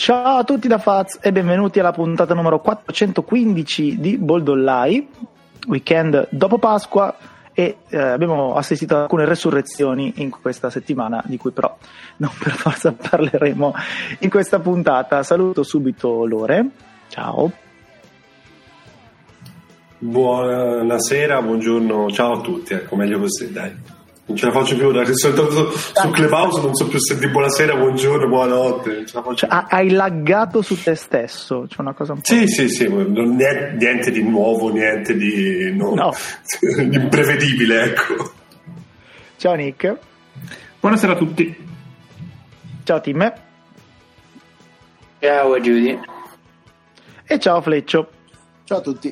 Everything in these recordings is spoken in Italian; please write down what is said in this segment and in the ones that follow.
Ciao a tutti da Faz e benvenuti alla puntata numero 415 di Boldollai, weekend dopo Pasqua, e abbiamo assistito ad alcune resurrezioni in questa settimana, di cui però non per forza parleremo in questa puntata. Saluto subito Lore. Ciao. Buonasera, buongiorno, ciao a tutti, ecco, meglio così, dai. Non ce la faccio più, dai, sono entrato su Clubhouse, non so più se di buonasera, buongiorno, buonanotte, non ce la faccio più. Hai laggato su te stesso, c'è una cosa un po'... Sì, niente di nuovo, niente di di imprevedibile, ecco. Ciao Nick. Buonasera a tutti. Ciao Tim. Ciao Giudy. E ciao Fleccio. Ciao a tutti.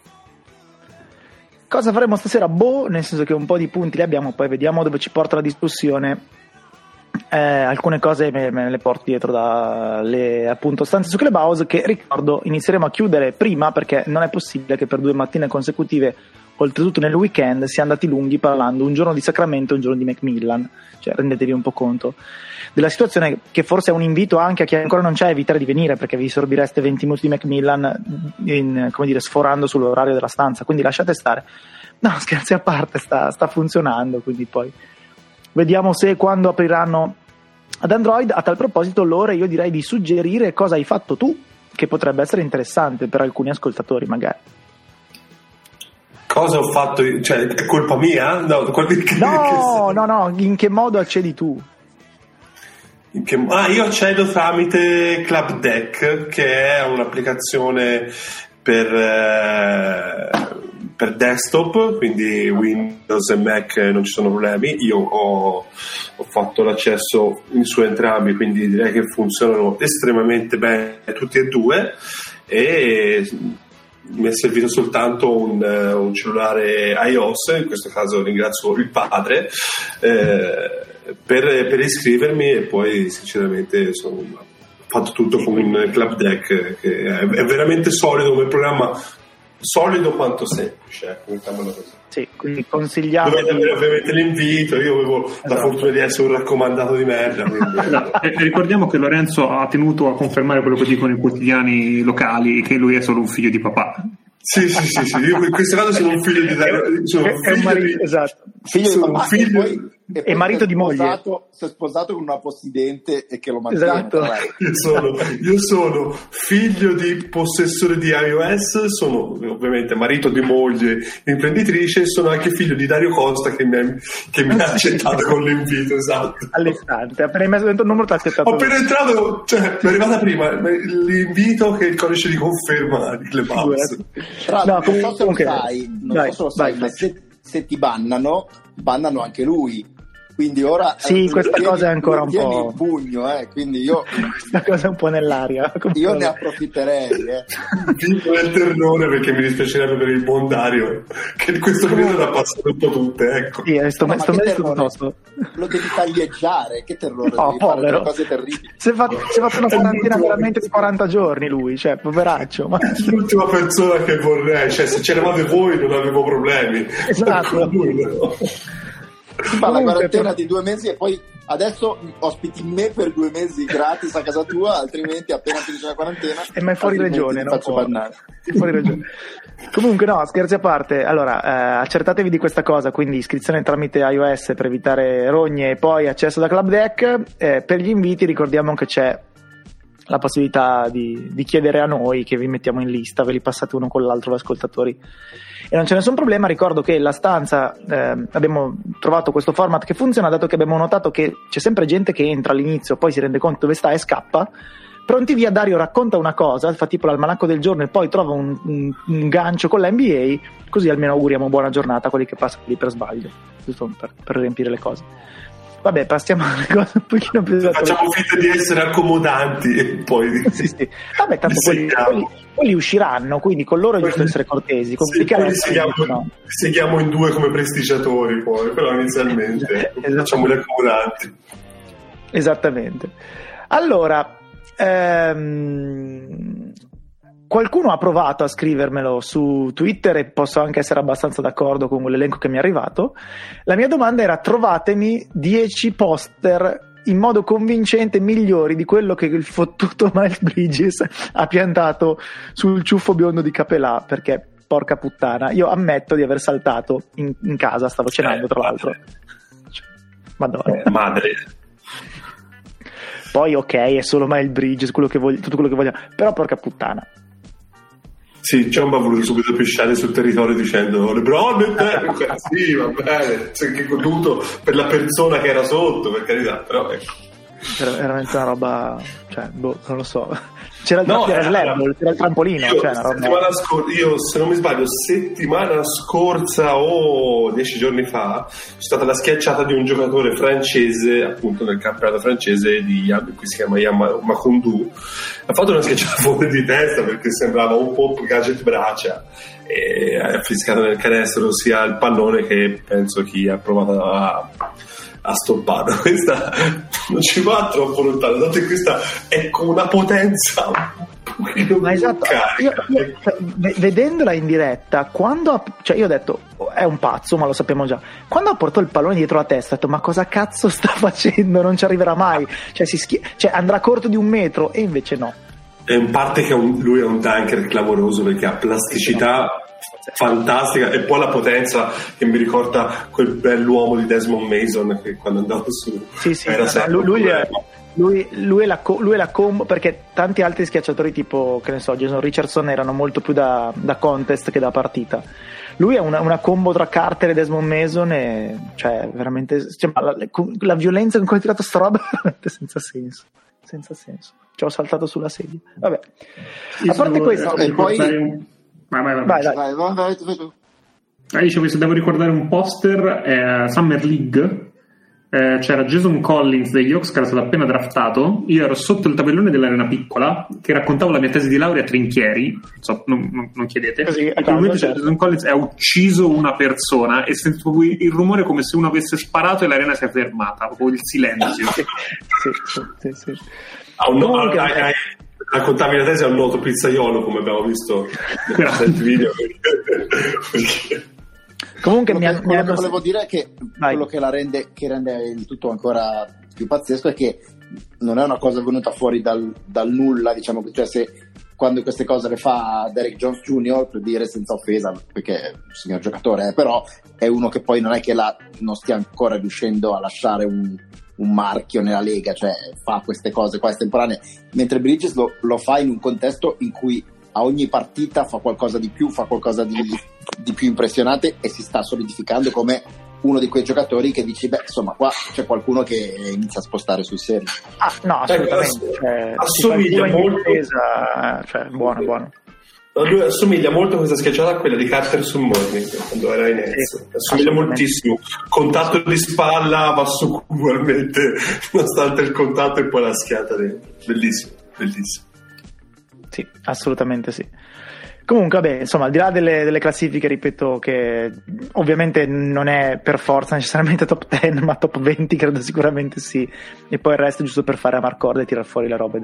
Cosa faremo stasera? Nel senso che un po' di punti li abbiamo, poi vediamo dove ci porta la discussione. Alcune cose me le porto dietro dalle appunto stanze su Clubhouse, che ricordo inizieremo a chiudere prima, perché non è possibile che per 2 mattine consecutive, oltretutto nel weekend, sia andati lunghi parlando un giorno di Sacramento e un giorno di Macmillan. Cioè, rendetevi un po' conto della situazione, che forse è un invito anche a chi ancora non c'è a evitare di venire, perché vi sorbireste 20 minuti di Macmillan sforando sull'orario della stanza, quindi lasciate stare. No, scherzi a parte, sta funzionando, quindi poi vediamo se quando apriranno ad Android. A tal proposito, Lore, io direi di suggerire cosa hai fatto tu, che potrebbe essere interessante per alcuni ascoltatori magari. Cosa ho fatto io? Cioè, è colpa mia? No, in che modo accedi tu? Io accedo tramite Club Deck, che è un'applicazione per desktop, quindi Windows e Mac non ci sono problemi. Io ho fatto l'accesso su entrambi, quindi direi che funzionano estremamente bene tutti e due, e mi è servito soltanto un cellulare iOS, in questo caso ringrazio il padre, per iscrivermi, e poi sinceramente ho fatto tutto con un Club Deck che è veramente solido come programma, solido quanto semplice, mettiamolo così. Sì, quindi consigliamo. Dovete avere ovviamente l'invito, io avevo la fortuna di essere un raccomandato di merda. Ricordiamo che Lorenzo ha tenuto a confermare quello che dicono i quotidiani locali, che lui è solo un figlio di papà. Sì, io in questo caso sono un figlio di esatto. Figlio di papà, e marito di moglie. Si è sposato con una possidente e che lo mantiene. Esatto. Io sono figlio di possessore di iOS, sono ovviamente marito di moglie imprenditrice, e sono anche figlio di Dario Costa, che mi ha accettato con l'invito. Esatto. All'istante, appena hai messo dentro il numero ti ha accettato. Ho appena entrato, cioè mi è arrivata prima l'invito che il codice di conferma di Clubhouse. Tra l'altro, non so se lo sai, ma se ti bannano anche lui. Quindi ora questa cosa è ancora un po' il pugno, quindi io questa cosa è un po' nell'aria. Io ne approfitterei. Vivo nel terrore, perché mi dispiacerebbe per il buon Dario, che in questo periodo l'ha passato un po' tutte, ecco. Sì, sto piuttosto. Lo devi taglieggiare, che terrore, devi povero. fare delle cose terribili. Si è fatto una quarantena veramente di 40 giorni lui, cioè poveraccio. Ma... l'ultima persona che vorrei, cioè se c'eravate voi non avevo problemi. Esatto. Si fa la quarantena di 2 mesi e poi adesso ospiti me per 2 mesi gratis a casa tua, altrimenti appena finisce la quarantena ma è fuori regione, ti faccio bannare. Fuori regione. Comunque no, scherzi a parte, allora accertatevi di questa cosa, quindi iscrizione tramite iOS per evitare rogne, e poi accesso da Club Deck. Per gli inviti ricordiamo che c'è la possibilità di chiedere a noi, che vi mettiamo in lista, ve li passate uno con l'altro gli ascoltatori, e non c'è nessun problema. Ricordo che la stanza, abbiamo trovato questo format che funziona, dato che abbiamo notato che c'è sempre gente che entra all'inizio, poi si rende conto dove sta e scappa. Pronti via, Dario racconta una cosa, fa tipo l'almanacco del giorno e poi trova un gancio con la NBA, così almeno auguriamo buona giornata a quelli che passano lì per sbaglio, giusto per riempire le cose. Vabbè, passiamo alle cose un pochino più... Facciamo finta di essere accomodanti e poi... Sì. Vabbè, tanto quelli usciranno, quindi con loro è giusto essere cortesi. Seguiamo in 2 come prestigiatori poi, però inizialmente facciamo gli accomodanti. Esattamente. Allora... qualcuno ha provato a scrivermelo su Twitter e posso anche essere abbastanza d'accordo con l'elenco che mi è arrivato. La mia domanda era: trovatemi 10 poster in modo convincente migliori di quello che il fottuto Miles Bridges ha piantato sul ciuffo biondo di Capelà, perché porca puttana, io ammetto di aver saltato in casa, stavo cenando tra l'altro. Madonna. Madre. Poi ok, è solo Miles Bridges, tutto quello che vogliamo, però porca puttana. Sì, Ciampa ha voluto subito pisciare sul territorio dicendo LeBron, sì, va bene, che goduto per la persona che era sotto, per carità, però ecco. Era veramente una roba, cioè, non lo so. C'era il trampolino. Io, se non mi sbaglio, settimana scorsa o 10 giorni fa c'è stata la schiacciata di un giocatore francese, appunto nel campionato francese qui si chiama Macondu. Ha fatto una schiacciata fuori di testa perché sembrava un po' gadget braccia e ha fischiato nel canestro sia il pallone che penso chi ha provato a stoppare. Questa non ci va troppo lontano, dato che questa è con una potenza ma esatto, io, vedendola in diretta, io ho detto è un pazzo, ma lo sappiamo già. Quando ha portato il pallone dietro la testa ho detto ma cosa cazzo sta facendo, non ci arriverà mai, cioè andrà corto di 1 metro, e invece no. E in parte che lui è un tanker clamoroso perché ha plasticità fantastica, e poi la potenza che mi ricorda quel bell'uomo di Desmond Mason che quando andava su era sempre lui è la combo, perché tanti altri schiacciatori tipo, che ne so, Jason Richardson erano molto più da contest che da partita. Lui è una combo tra Carter e Desmond Mason, e cioè veramente la violenza con cui ha tirato sta roba è veramente senza senso. Ci ho saltato sulla sedia. Vabbè, a parte questo, e poi vai. Dicevo, se devo ricordare un poster, Summer League, c'era Jason Collins degli Hawks che era stato appena draftato. Io ero sotto il tabellone dell'arena piccola che raccontavo la mia tesi di laurea a Trinchieri, non chiedete. Così, in quel momento Jason Collins ha ucciso una persona e sento proprio il rumore come se uno avesse sparato e l'arena si è fermata, proprio il silenzio. sì. Raccontavi la tesi a un noto pizzaiolo, come abbiamo visto nel video. Comunque quello che volevo dire è che quello che rende il tutto ancora più pazzesco è che non è una cosa venuta fuori dal nulla, diciamo, cioè se quando queste cose le fa Derek Jones Jr., per dire, senza offesa, perché è un signor giocatore, però è uno che poi non è che non stia ancora riuscendo a lasciare un marchio nella Lega, cioè fa queste cose qua estemporanee, mentre Bridges lo fa in un contesto in cui a ogni partita fa qualcosa di più, fa qualcosa di più impressionante, e si sta solidificando come uno di quei giocatori che dici, insomma, qua c'è qualcuno che inizia a spostare sul serio. No, assolutamente. Assomiglia molto. Buono. Lui assomiglia molto a questa schiacciata a quella di Carter su Morning quando era in Nets. Assomiglia moltissimo. Contatto di spalla, va su ugualmente, nonostante il contatto e poi la schiata dentro. Bellissimo. Sì, assolutamente sì. Comunque, vabbè, insomma, al di là delle classifiche, ripeto che ovviamente non è per forza necessariamente top 10, ma top 20 credo sicuramente sì. E poi il resto è giusto per fare amarcord e tirar fuori le robe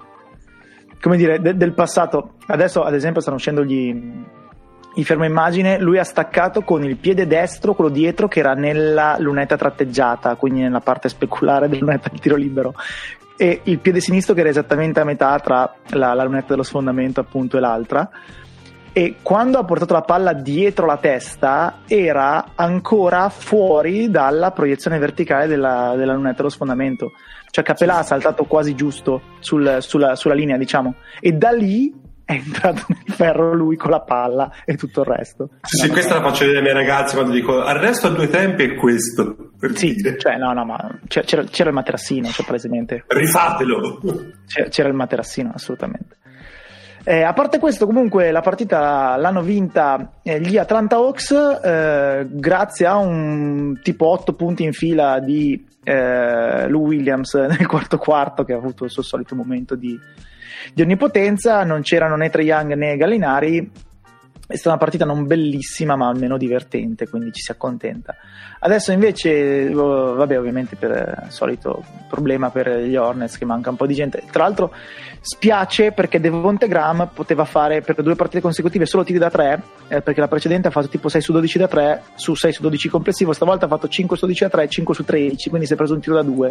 del passato. Adesso, ad esempio, stanno uscendo i fermo immagine. Lui ha staccato con il piede destro, quello dietro, che era nella lunetta tratteggiata, quindi nella parte speculare della lunetta di tiro libero, e il piede sinistro che era esattamente a metà tra la lunetta dello sfondamento, appunto, e l'altra. E quando ha portato la palla dietro la testa era ancora fuori dalla proiezione verticale della lunetta dello sfondamento, cioè Capelà ha saltato quasi giusto sulla linea, diciamo, e da lì è entrato nel ferro lui con la palla e tutto il resto. Sì, questa la faccio vedere ai miei ragazzi quando dico arresto a 2 tempi è questo, per sì, dire. Cioè ma c'era il materassino, cioè palesemente rifatelo, c'era il materassino, assolutamente. A parte questo, comunque la partita l'hanno vinta gli Atlanta Hawks grazie a un tipo 8 punti in fila di Lou Williams nel quarto che ha avuto il suo solito momento di onnipotenza. Non c'erano né Trae Young né Gallinari. È stata una partita non bellissima ma almeno divertente, quindi ci si accontenta. Adesso invece ovviamente per il solito problema per gli Hornets che manca un po' di gente. Tra l'altro spiace perché Devonte Graham poteva fare per 2 partite consecutive solo tiri da 3, perché la precedente ha fatto tipo 6 su 12 da 3 su 6 su 12 complessivo, stavolta ha fatto 5 su 12 da 3, 5 su 13, quindi si è preso un tiro da 2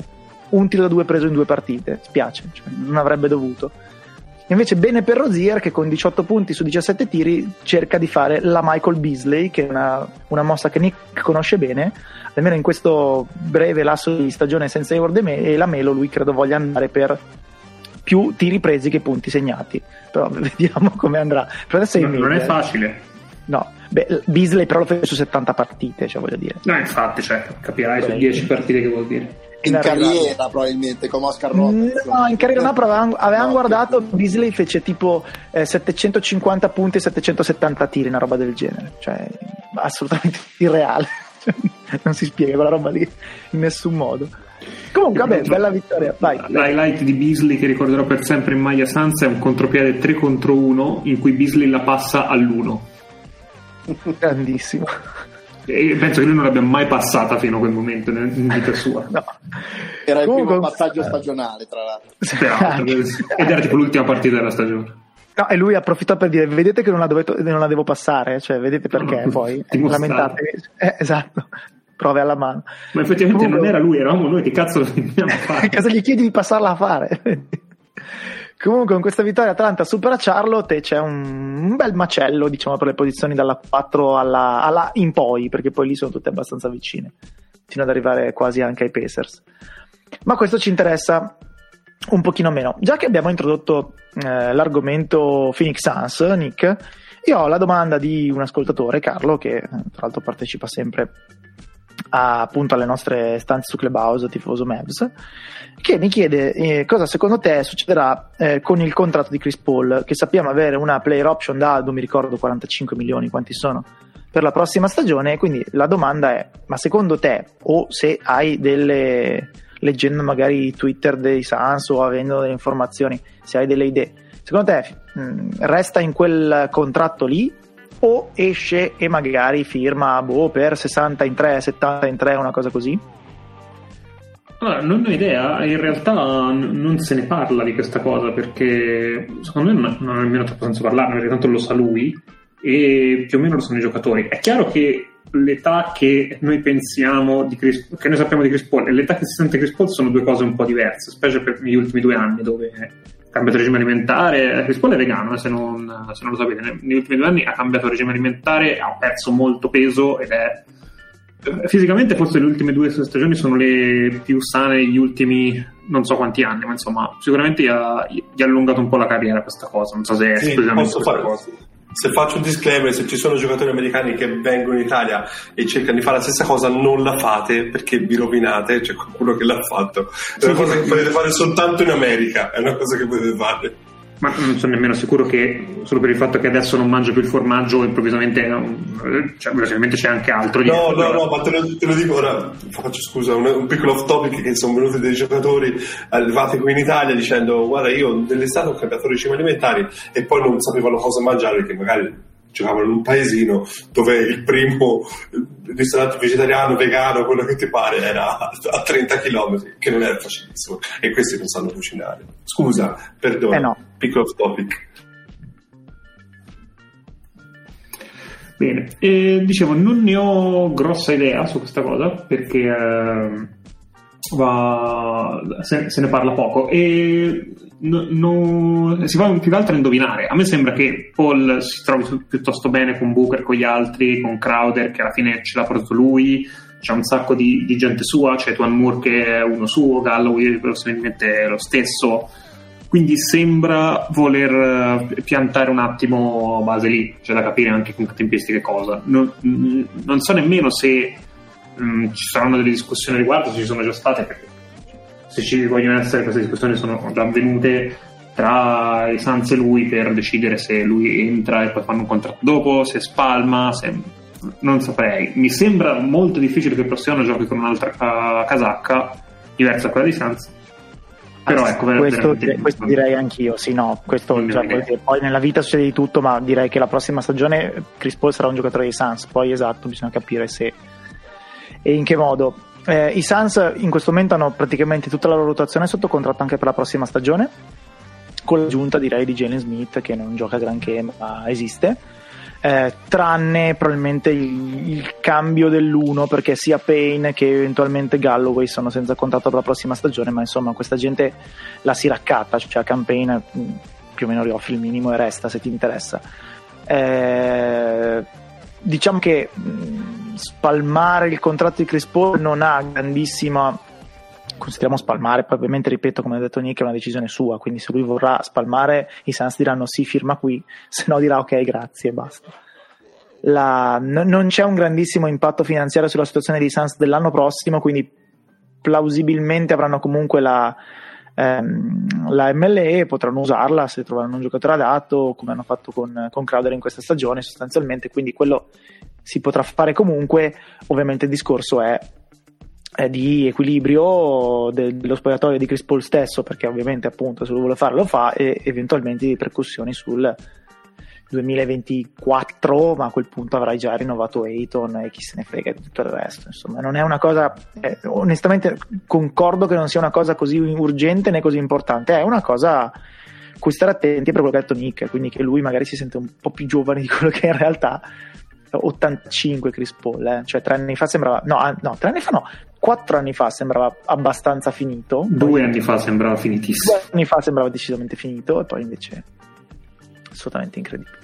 un tiro da 2 preso in 2 partite, spiace, cioè, non avrebbe dovuto. Invece bene per Rozier, che con 18 punti su 17 tiri cerca di fare la Michael Beasley, che è una mossa che Nick conosce bene, almeno in questo breve lasso di stagione senza Hayward e Lamelo lui credo voglia andare per più tiri presi che punti segnati, però vediamo come andrà. Per adesso non è facile. No, Beasley però lo fece su 70 partite, cioè voglio dire. No, infatti, capirai su 10 partite che vuol dire. In carriera probabilmente, come Oscar Robertson. No, in carriera no, però avevamo guardato, Beasley fece tipo 750 punti e 770 tiri, una roba del genere, cioè assolutamente irreale. Non si spiega quella roba lì in nessun modo. Comunque vabbè, bella vittoria. Vai. L'highlight di Beasley che ricorderò per sempre in maglia Suns è un contropiede 3 contro 1 in cui Beasley la passa all'1. Grandissimo. E penso che lui non l'abbia mai passata fino a quel momento in vita sua. No. Era il primo passaggio stagionale, tra l'altro. Ed era tipo l'ultima partita della stagione. No, e lui approfittò per dire: vedete che non la devo passare, cioè vedete perché poi lamentatevi. Esatto, prove alla mano. Ma effettivamente non era lui, eravamo noi, che cazzo lo veniamo a fare? Cosa gli chiedi di passarla a fare? Comunque con questa vittoria Atlanta supera Charlotte e c'è un bel macello, diciamo, per le posizioni dalla 4 alla in poi, perché poi lì sono tutte abbastanza vicine fino ad arrivare quasi anche ai Pacers. Ma questo ci interessa un pochino meno. Già che abbiamo introdotto l'argomento Phoenix Suns, Nick, io ho la domanda di un ascoltatore, Carlo, che tra l'altro partecipa sempre appunto alle nostre stanze su Clubhouse, tifoso Mavs, che mi chiede cosa secondo te succederà con il contratto di Chris Paul, che sappiamo avere una player option da, non mi ricordo 45 milioni quanti sono, per la prossima stagione. E quindi la domanda è: ma secondo te, o se hai leggendo magari Twitter dei Suns o avendo delle informazioni, se hai delle idee, secondo te resta in quel contratto lì o esce e magari firma per 60 in 3, 70 in 3, una cosa così? Allora, non ho idea, in realtà non se ne parla di questa cosa, perché secondo me non ha nemmeno troppo senso parlarne, perché tanto lo sa lui e più o meno lo sanno i giocatori. È chiaro che l'età che noi pensiamo che noi sappiamo di Chris Paul e l'età che si sente Chris Paul sono due cose un po' diverse, specie per gli ultimi 2 anni, dove ha cambiato regime alimentare. Chris Paul è vegano, se non lo sapete. Negli ultimi 2 anni ha cambiato regime alimentare, ha perso molto peso ed è fisicamente forse le ultime 2 stagioni sono le più sane degli ultimi non so quanti anni, ma insomma sicuramente gli ha allungato un po' la carriera questa cosa. Non so se è posso fare cosa. Se faccio un disclaimer, se ci sono giocatori americani che vengono in Italia e cercano di fare la stessa cosa, non la fate perché vi rovinate. C'è qualcuno che l'ha fatto, è una cosa che potete fare soltanto in America, è una cosa che potete fare. Ma non sono nemmeno sicuro che solo per il fatto che adesso non mangio più il formaggio improvvisamente verosimilmente c'è anche altro no, ma te lo dico ora, faccio scusa un piccolo off topic, che sono venuti dei giocatori arrivati qui in Italia dicendo: guarda, io nell'estate ho cambiato regime alimentari e poi non sapevano cosa mangiare, perché magari giocavano in un paesino dove il primo ristorante vegetariano, vegano, quello che ti pare, era a 30 km, che non era facilissimo, e questi non sanno cucinare. Scusa, perdona, no. Piccolo off topic. Bene, dicevo, non ne ho grossa idea su questa cosa, perché se ne parla poco e si va più che altro a indovinare. A me sembra che Paul si trovi piuttosto bene con Booker, con gli altri, con Crowder che alla fine ce l'ha portato lui, c'è un sacco di gente sua, c'è Twan Moore che è uno suo, Galloway verosimilmente lo stesso, quindi sembra voler piantare un attimo base lì. C'è da capire anche con che tempistiche cosa. Non so nemmeno se ci saranno delle discussioni a riguardo, se ci sono già state, perché se ci vogliono essere queste discussioni sono già avvenute tra i Suns e lui per decidere se lui entra e poi fanno un contratto dopo, se spalma, non saprei. Mi sembra molto difficile che il prossimo anno giochi con un'altra casacca diversa da quella di Suns, però ecco, questo direi anch'io, sì, no, questo poi nella vita succede di tutto, ma direi che la prossima stagione Chris Paul sarà un giocatore dei Suns, poi esatto, bisogna capire se e in che modo. I Suns in questo momento hanno praticamente tutta la loro rotazione sotto contratto anche per la prossima stagione, con l'aggiunta direi di Jalen Smith, che non gioca granché ma esiste. tranne probabilmente il cambio dell'1, perché sia Payne che eventualmente Galloway sono senza contratto per la prossima stagione, ma insomma questa gente la si raccatta, cioè a campaign più o meno rioffri il minimo e resta se ti interessa. Diciamo che spalmare il contratto di Chris Paul non ha grandissima, consideriamo spalmare, poi ovviamente ripeto, come ha detto Nick, è una decisione sua, quindi se lui vorrà spalmare i Suns diranno sì, firma qui, se no dirà ok, grazie e basta. Non c'è un grandissimo impatto finanziario sulla situazione dei Suns dell'anno prossimo, quindi plausibilmente avranno comunque la MLE, potranno usarla se trovano un giocatore adatto, come hanno fatto con Crowder in questa stagione sostanzialmente, quindi quello si potrà fare comunque. Ovviamente il discorso è di equilibrio dello spogliatoio di Chris Paul stesso, perché ovviamente appunto se lo vuole fare lo fa, e eventualmente di ripercussioni sul 2024, ma a quel punto avrai già rinnovato Ayton e chi se ne frega di tutto il resto. Insomma, non è una cosa, onestamente concordo che non sia una cosa così urgente né così importante, è una cosa a cui stare attenti per quello che ha detto Nick, quindi che lui magari si sente un po' più giovane di quello che in realtà 85 Chris Paul, cioè 3 anni fa sembrava 4 anni fa sembrava abbastanza finito, 2 anni fa sembrava finitissimo, 2 anni fa sembrava decisamente finito, e poi invece assolutamente incredibile.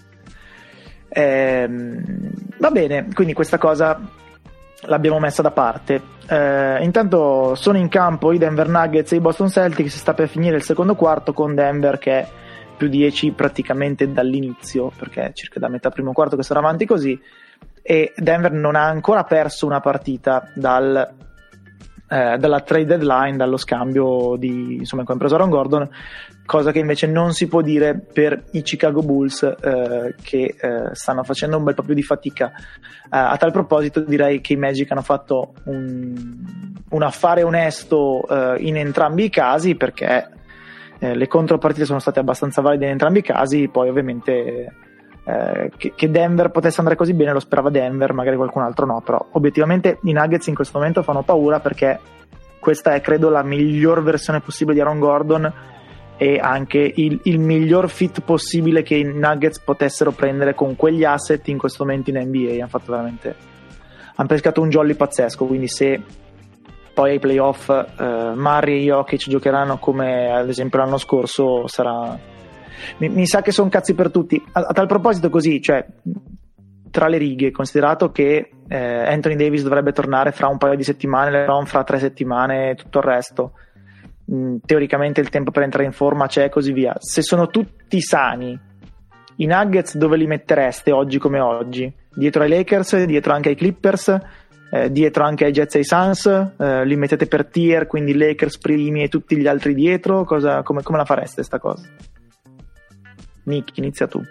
Va bene, quindi questa cosa l'abbiamo messa da parte. Intanto sono in campo i Denver Nuggets e i Boston Celtics, sta per finire il secondo quarto con Denver che è più 10 praticamente dall'inizio, perché è circa da metà primo quarto che sarà avanti così, e Denver non ha ancora perso una partita dalla trade deadline, dallo scambio di, insomma, come preso Aaron Gordon, cosa che invece non si può dire per i Chicago Bulls, che stanno facendo un bel po' più di fatica. A tal proposito direi che i Magic hanno fatto un affare onesto in entrambi i casi, perché le contropartite sono state abbastanza valide in entrambi i casi. Poi ovviamente che Denver potesse andare così bene lo sperava Denver, magari qualcun altro no, però obiettivamente i Nuggets in questo momento fanno paura, perché questa è credo la miglior versione possibile di Aaron Gordon e anche il miglior fit possibile che i Nuggets potessero prendere con quegli asset in questo momento in NBA. Hanno pescato un jolly pazzesco, quindi se poi ai playoff Murray e Jokic giocheranno come ad esempio l'anno scorso, sarà, mi sa che sono cazzi per tutti. A tal proposito, così, cioè tra le righe, considerato che Anthony Davis dovrebbe tornare fra un paio di settimane, LeBron fra 3 settimane e tutto il resto, teoricamente il tempo per entrare in forma c'è e così via. Se sono tutti sani, i Nuggets dove li mettereste oggi come oggi? Dietro ai Lakers, dietro anche ai Clippers, dietro anche ai Jets e ai Suns? Li mettete per tier, quindi Lakers primi e tutti gli altri dietro? Come la fareste sta cosa? Nick, inizia tu.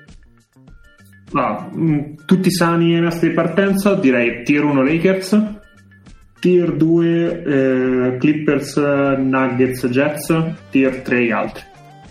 Tutti sani in assi di partenza, direi tier 1 Lakers, tier 2 Clippers, Nuggets, Jets, tier 3 gli altri.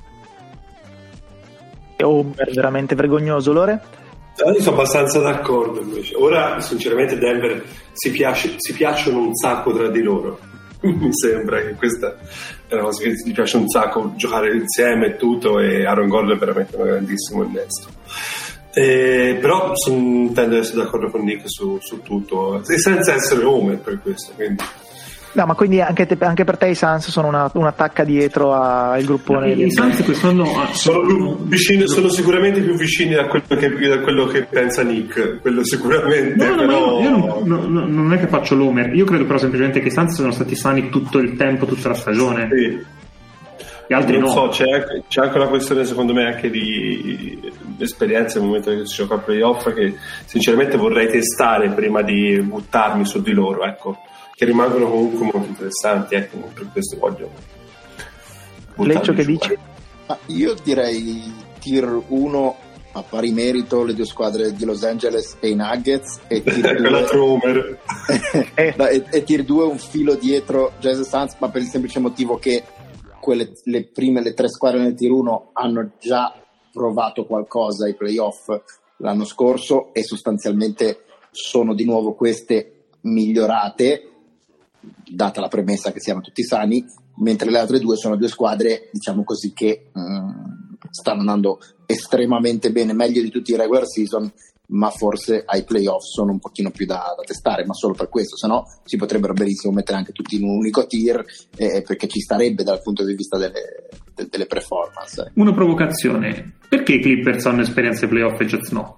È veramente vergognoso, Lore? Io sono abbastanza d'accordo invece. Ora sinceramente Denver si piacciono un sacco tra di loro. Mi sembra che questa è una cosa che ti piace un sacco, giocare insieme e tutto, e Aaron Gordon è veramente un grandissimo innesto. Però tendo ad essere d'accordo con Nick su tutto, e senza essere homer per questo, quindi. No, ma quindi anche per te i Suns sono una tacca dietro al gruppone. I Suns quest'anno sono sicuramente più vicini da quello che pensa Nick, quello sicuramente. Però io non è che faccio l'homer, io credo però semplicemente che i Suns sono stati sani tutto il tempo, tutta la stagione. Sì. Gli altri non no. so, c'è anche una questione secondo me anche di esperienza nel momento che si gioca a playoff, che sinceramente vorrei testare prima di buttarmi su di loro, ecco, che rimangono comunque molto interessanti, ecco, per questo voglio Leccio, che dici? Io direi tier 1 a pari merito le due squadre di Los Angeles e i Nuggets, e tier 2 e tier 2 un filo dietro Jazz e Suns, ma per il semplice motivo che le 3 squadre nel tier 1 hanno già provato qualcosa ai playoff l'anno scorso e sostanzialmente sono di nuovo queste migliorate, data la premessa che siano tutti sani, mentre le altre due sono due squadre, diciamo così, che stanno andando estremamente bene, meglio di tutti i regular season, ma forse ai playoff sono un pochino più da testare, ma solo per questo, se no si potrebbero benissimo mettere anche tutti in un unico tier, perché ci starebbe dal punto di vista delle performance. Una provocazione: perché i Clippers hanno esperienze playoff e Jazz no?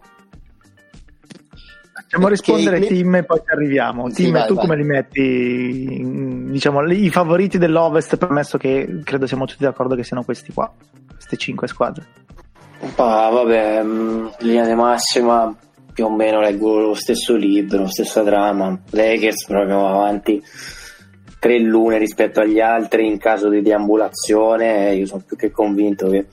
Facciamo rispondere Tim e poi ci arriviamo. Sì, Tim, vai, tu vai. come li metti, diciamo, i favoriti dell'Ovest, permesso che credo siamo tutti d'accordo che siano questi qua, queste 5 squadre? Vabbè, in linea di massima più o meno leggo lo stesso libro, stessa trama. Lakers proprio avanti 3-1 rispetto agli altri in caso di deambulazione. Io sono più che convinto che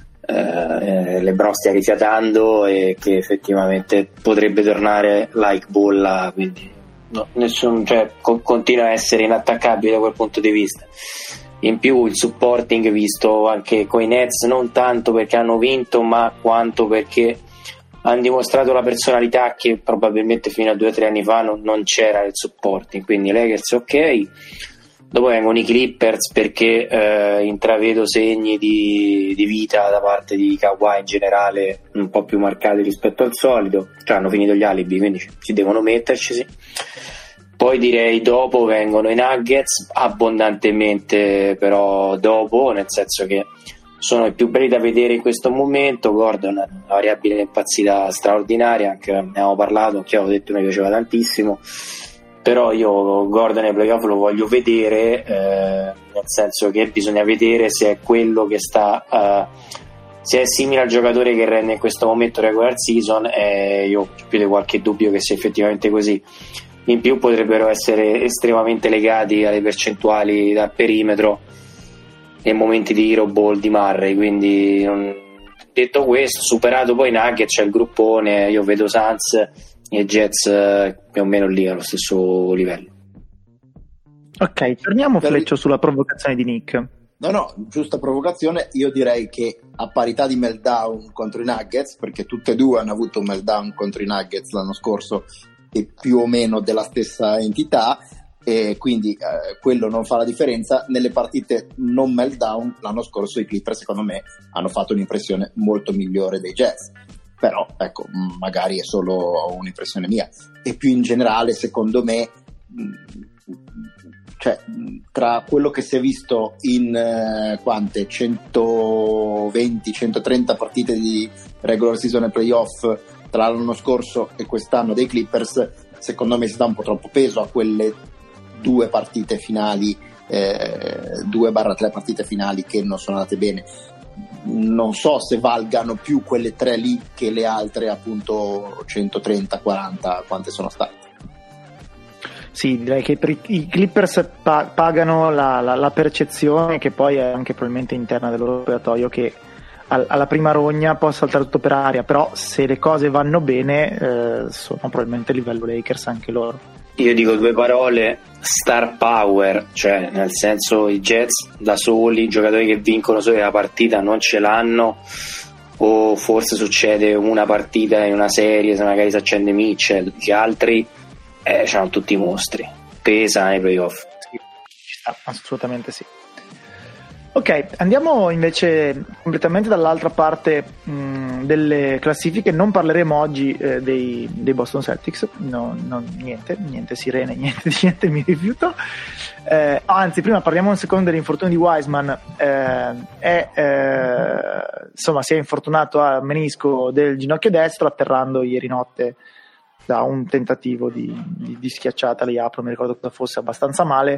LeBron stia rifiatando e che effettivamente potrebbe tornare like bolla, quindi no, continua a essere inattaccabile da quel punto di vista. In più il supporting visto anche coi Nets, non tanto perché hanno vinto, ma quanto perché hanno dimostrato la personalità che probabilmente fino a 2 o 3 anni fa non c'era nel supporting. Quindi Lakers ok, dopo vengono i Clippers perché intravedo segni di vita da parte di Kawhi in generale un po' più marcati rispetto al solito, cioè hanno finito gli alibi, quindi ci devono metterci, sì. Poi direi dopo vengono i Nuggets, abbondantemente però dopo, nel senso che sono i più belli da vedere in questo momento. Gordon è una variabile impazzita straordinaria, anche ne abbiamo parlato, anche io ho detto che mi piaceva tantissimo, però io Gordon nei playoff lo voglio vedere, nel senso che bisogna vedere se è quello che sta se è simile al giocatore che rende in questo momento regular season, e io ho più di qualche dubbio che sia effettivamente così. In più potrebbero essere estremamente legati alle percentuali dal perimetro nei momenti di hero ball di Murray, quindi detto questo, superato poi Nuggets, c'è il gruppone, io vedo Suns e Jets più o meno lì allo stesso livello. Ok, torniamo Fleccio sulla provocazione di Nick. No, giusta provocazione. Io direi che a parità di meltdown contro i Nuggets, perché tutte e due hanno avuto un meltdown contro i Nuggets l'anno scorso e più o meno della stessa entità, e quindi quello non fa la differenza. Nelle partite non meltdown l'anno scorso i Clippers secondo me hanno fatto un'impressione molto migliore dei Jazz, però ecco, magari è solo un'impressione mia, e più in generale secondo me cioè, tra quello che si è visto in 120-130 partite di regular season e playoff tra l'anno scorso e quest'anno dei Clippers, secondo me si dà un po' troppo peso a quelle 2 partite finali, 2/3 partite finali che non sono andate bene. Non so se valgano più quelle 3 lì che le altre appunto 130-40 quante sono state. Sì, direi che per i Clippers pagano la percezione, che poi è anche probabilmente interna del loro operatorio, che alla prima rogna può saltare tutto per aria, però se le cose vanno bene sono probabilmente a livello Lakers anche loro. Io dico 2 parole: star power, cioè nel senso i Jets da soli, i giocatori che vincono soli la partita non ce l'hanno, o forse succede una partita in una serie se magari si accende Mitchell, gli altri c'hanno tutti i mostri, pesa nei playoff. Sì, ci sta, assolutamente sì. Ok, andiamo invece completamente dall'altra parte delle classifiche. Non parleremo oggi dei Boston Celtics, niente sirene, niente mi rifiuto. Anzi, prima parliamo un secondo dell'infortunio di Wiseman. Insomma, si è infortunato al menisco del ginocchio destro atterrando ieri notte da un tentativo di schiacciata lì apro, mi ricordo cosa fosse, abbastanza male.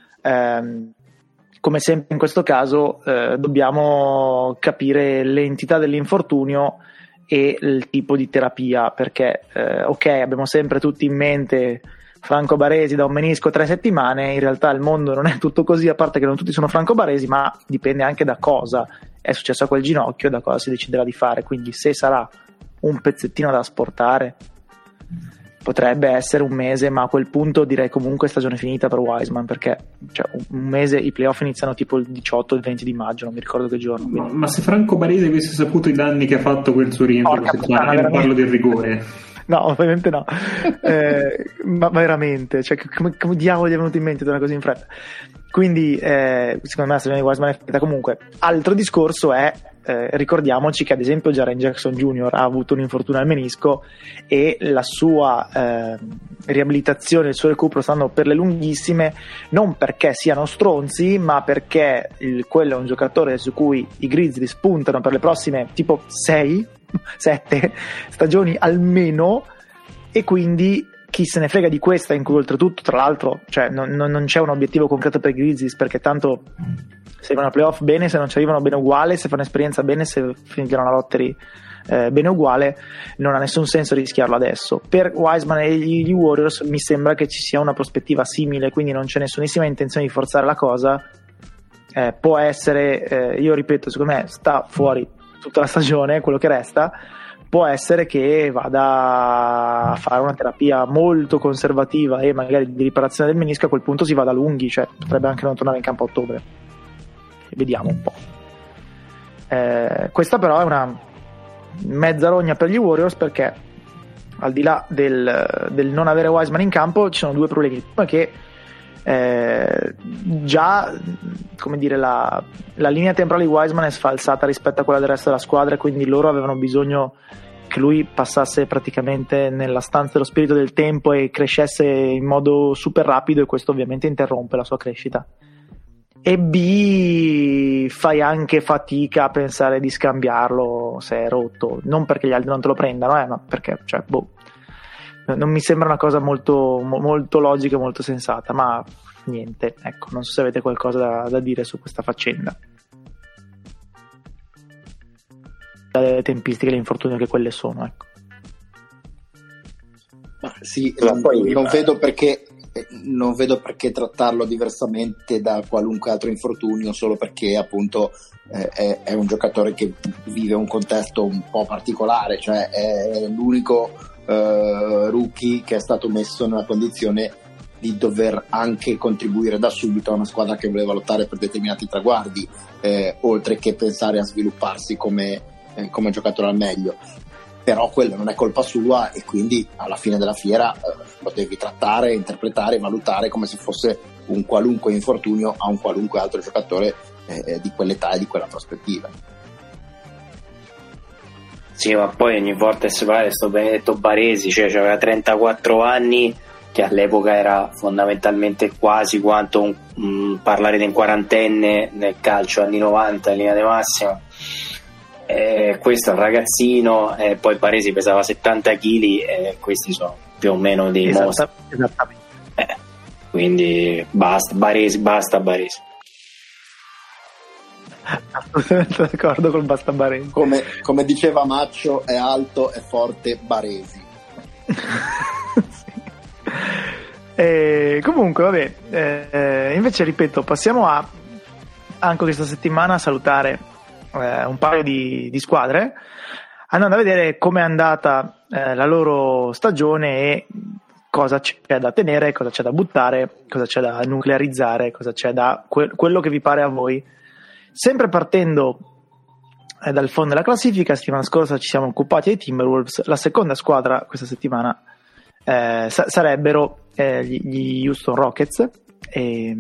Come sempre in questo caso dobbiamo capire l'entità dell'infortunio e il tipo di terapia, perché ok, abbiamo sempre tutti in mente Franco Baresi da un menisco 3 settimane, in realtà il mondo non è tutto così, a parte che non tutti sono Franco Baresi, ma dipende anche da cosa è successo a quel ginocchio e da cosa si deciderà di fare. Quindi se sarà un pezzettino da asportare potrebbe essere un mese, ma a quel punto direi comunque stagione finita per Wiseman, perché cioè, un mese, i playoff iniziano tipo il 18 o il 20 di maggio, non mi ricordo che giorno. Ma se Franco Baresi avesse saputo i danni che ha fatto quel suo rientro, non parlo del rigore. No, ovviamente no. Ma veramente, cioè, come diavolo gli è venuto in mente una cosa in fretta? Quindi secondo me la stagione di Wiseman è finita. Comunque, altro discorso è ricordiamoci che ad esempio Jaren Jackson Jr. ha avuto un infortunio al menisco e la sua riabilitazione, il suo recupero stanno per le lunghissime, non perché siano stronzi, ma perché quello è un giocatore su cui i Grizzlies puntano per le prossime tipo 6-7 stagioni almeno, e quindi chi se ne frega di questa, in cui oltretutto tra l'altro non c'è un obiettivo concreto per i Grizzlies, perché tanto se vanno a playoff bene, se non ci arrivano bene uguale, se fanno esperienza bene, se finirà una lottery bene uguale, non ha nessun senso rischiarlo adesso. Per Wiseman e gli Warriors mi sembra che ci sia una prospettiva simile, quindi non c'è nessunissima intenzione di forzare la cosa. Può essere, io ripeto, secondo me sta fuori tutta la stagione, quello che resta. Può essere che vada a fare una terapia molto conservativa e magari di riparazione del menisco, a quel punto si vada lunghi, cioè potrebbe anche non tornare in campo a ottobre. Vediamo un po'. Questa però è una mezza rogna per gli Warriors, perché al di là del non avere Wiseman in campo ci sono due problemi. Prima che già, come dire, la linea temporale di Wiseman è sfalsata rispetto a quella del resto della squadra, e quindi loro avevano bisogno che lui passasse praticamente nella stanza dello spirito del tempo e crescesse in modo super rapido, e questo ovviamente interrompe la sua crescita. E B, fai anche fatica a pensare di scambiarlo se è rotto, non perché gli altri non te lo prendano, ma perché non mi sembra una cosa molto, molto logica e molto sensata, ma niente, ecco, non so se avete qualcosa da dire su questa faccenda. Le tempistiche, l'infortunio che quelle sono, ecco. Ma sì, non vedo perché trattarlo diversamente da qualunque altro infortunio, solo perché appunto è un giocatore che vive un contesto un po' particolare, cioè è l'unico rookie che è stato messo nella condizione di dover anche contribuire da subito a una squadra che voleva lottare per determinati traguardi, oltre che pensare a svilupparsi come giocatore al meglio. Però quello non è colpa sua, e quindi alla fine della fiera lo devi trattare, interpretare, valutare come se fosse un qualunque infortunio a un qualunque altro giocatore di quell'età e di quella prospettiva. Sì, ma poi ogni volta si parla di sto benedetto Baresi, cioè aveva 34 anni, che all'epoca era fondamentalmente quasi quanto parlare di un quarantenne nel calcio anni 90 in linea di massima. Questo è un ragazzino, poi Baresi pesava 70 kg, questi sono più o meno dei mostri. Esattamente. Quindi basta Baresi. Assolutamente d'accordo col basta Baresi. Come diceva Maccio, è alto, è forte Baresi. Comunque vabbè, invece ripeto, passiamo anche questa settimana a salutare un paio di squadre, andando a vedere come è andata la loro stagione e cosa c'è da tenere, cosa c'è da buttare, cosa c'è da nuclearizzare, cosa c'è da quello che vi pare a voi. Sempre partendo dal fondo della classifica, settimana scorsa ci siamo occupati dei Timberwolves. La seconda squadra questa settimana sarebbero gli Houston Rockets, e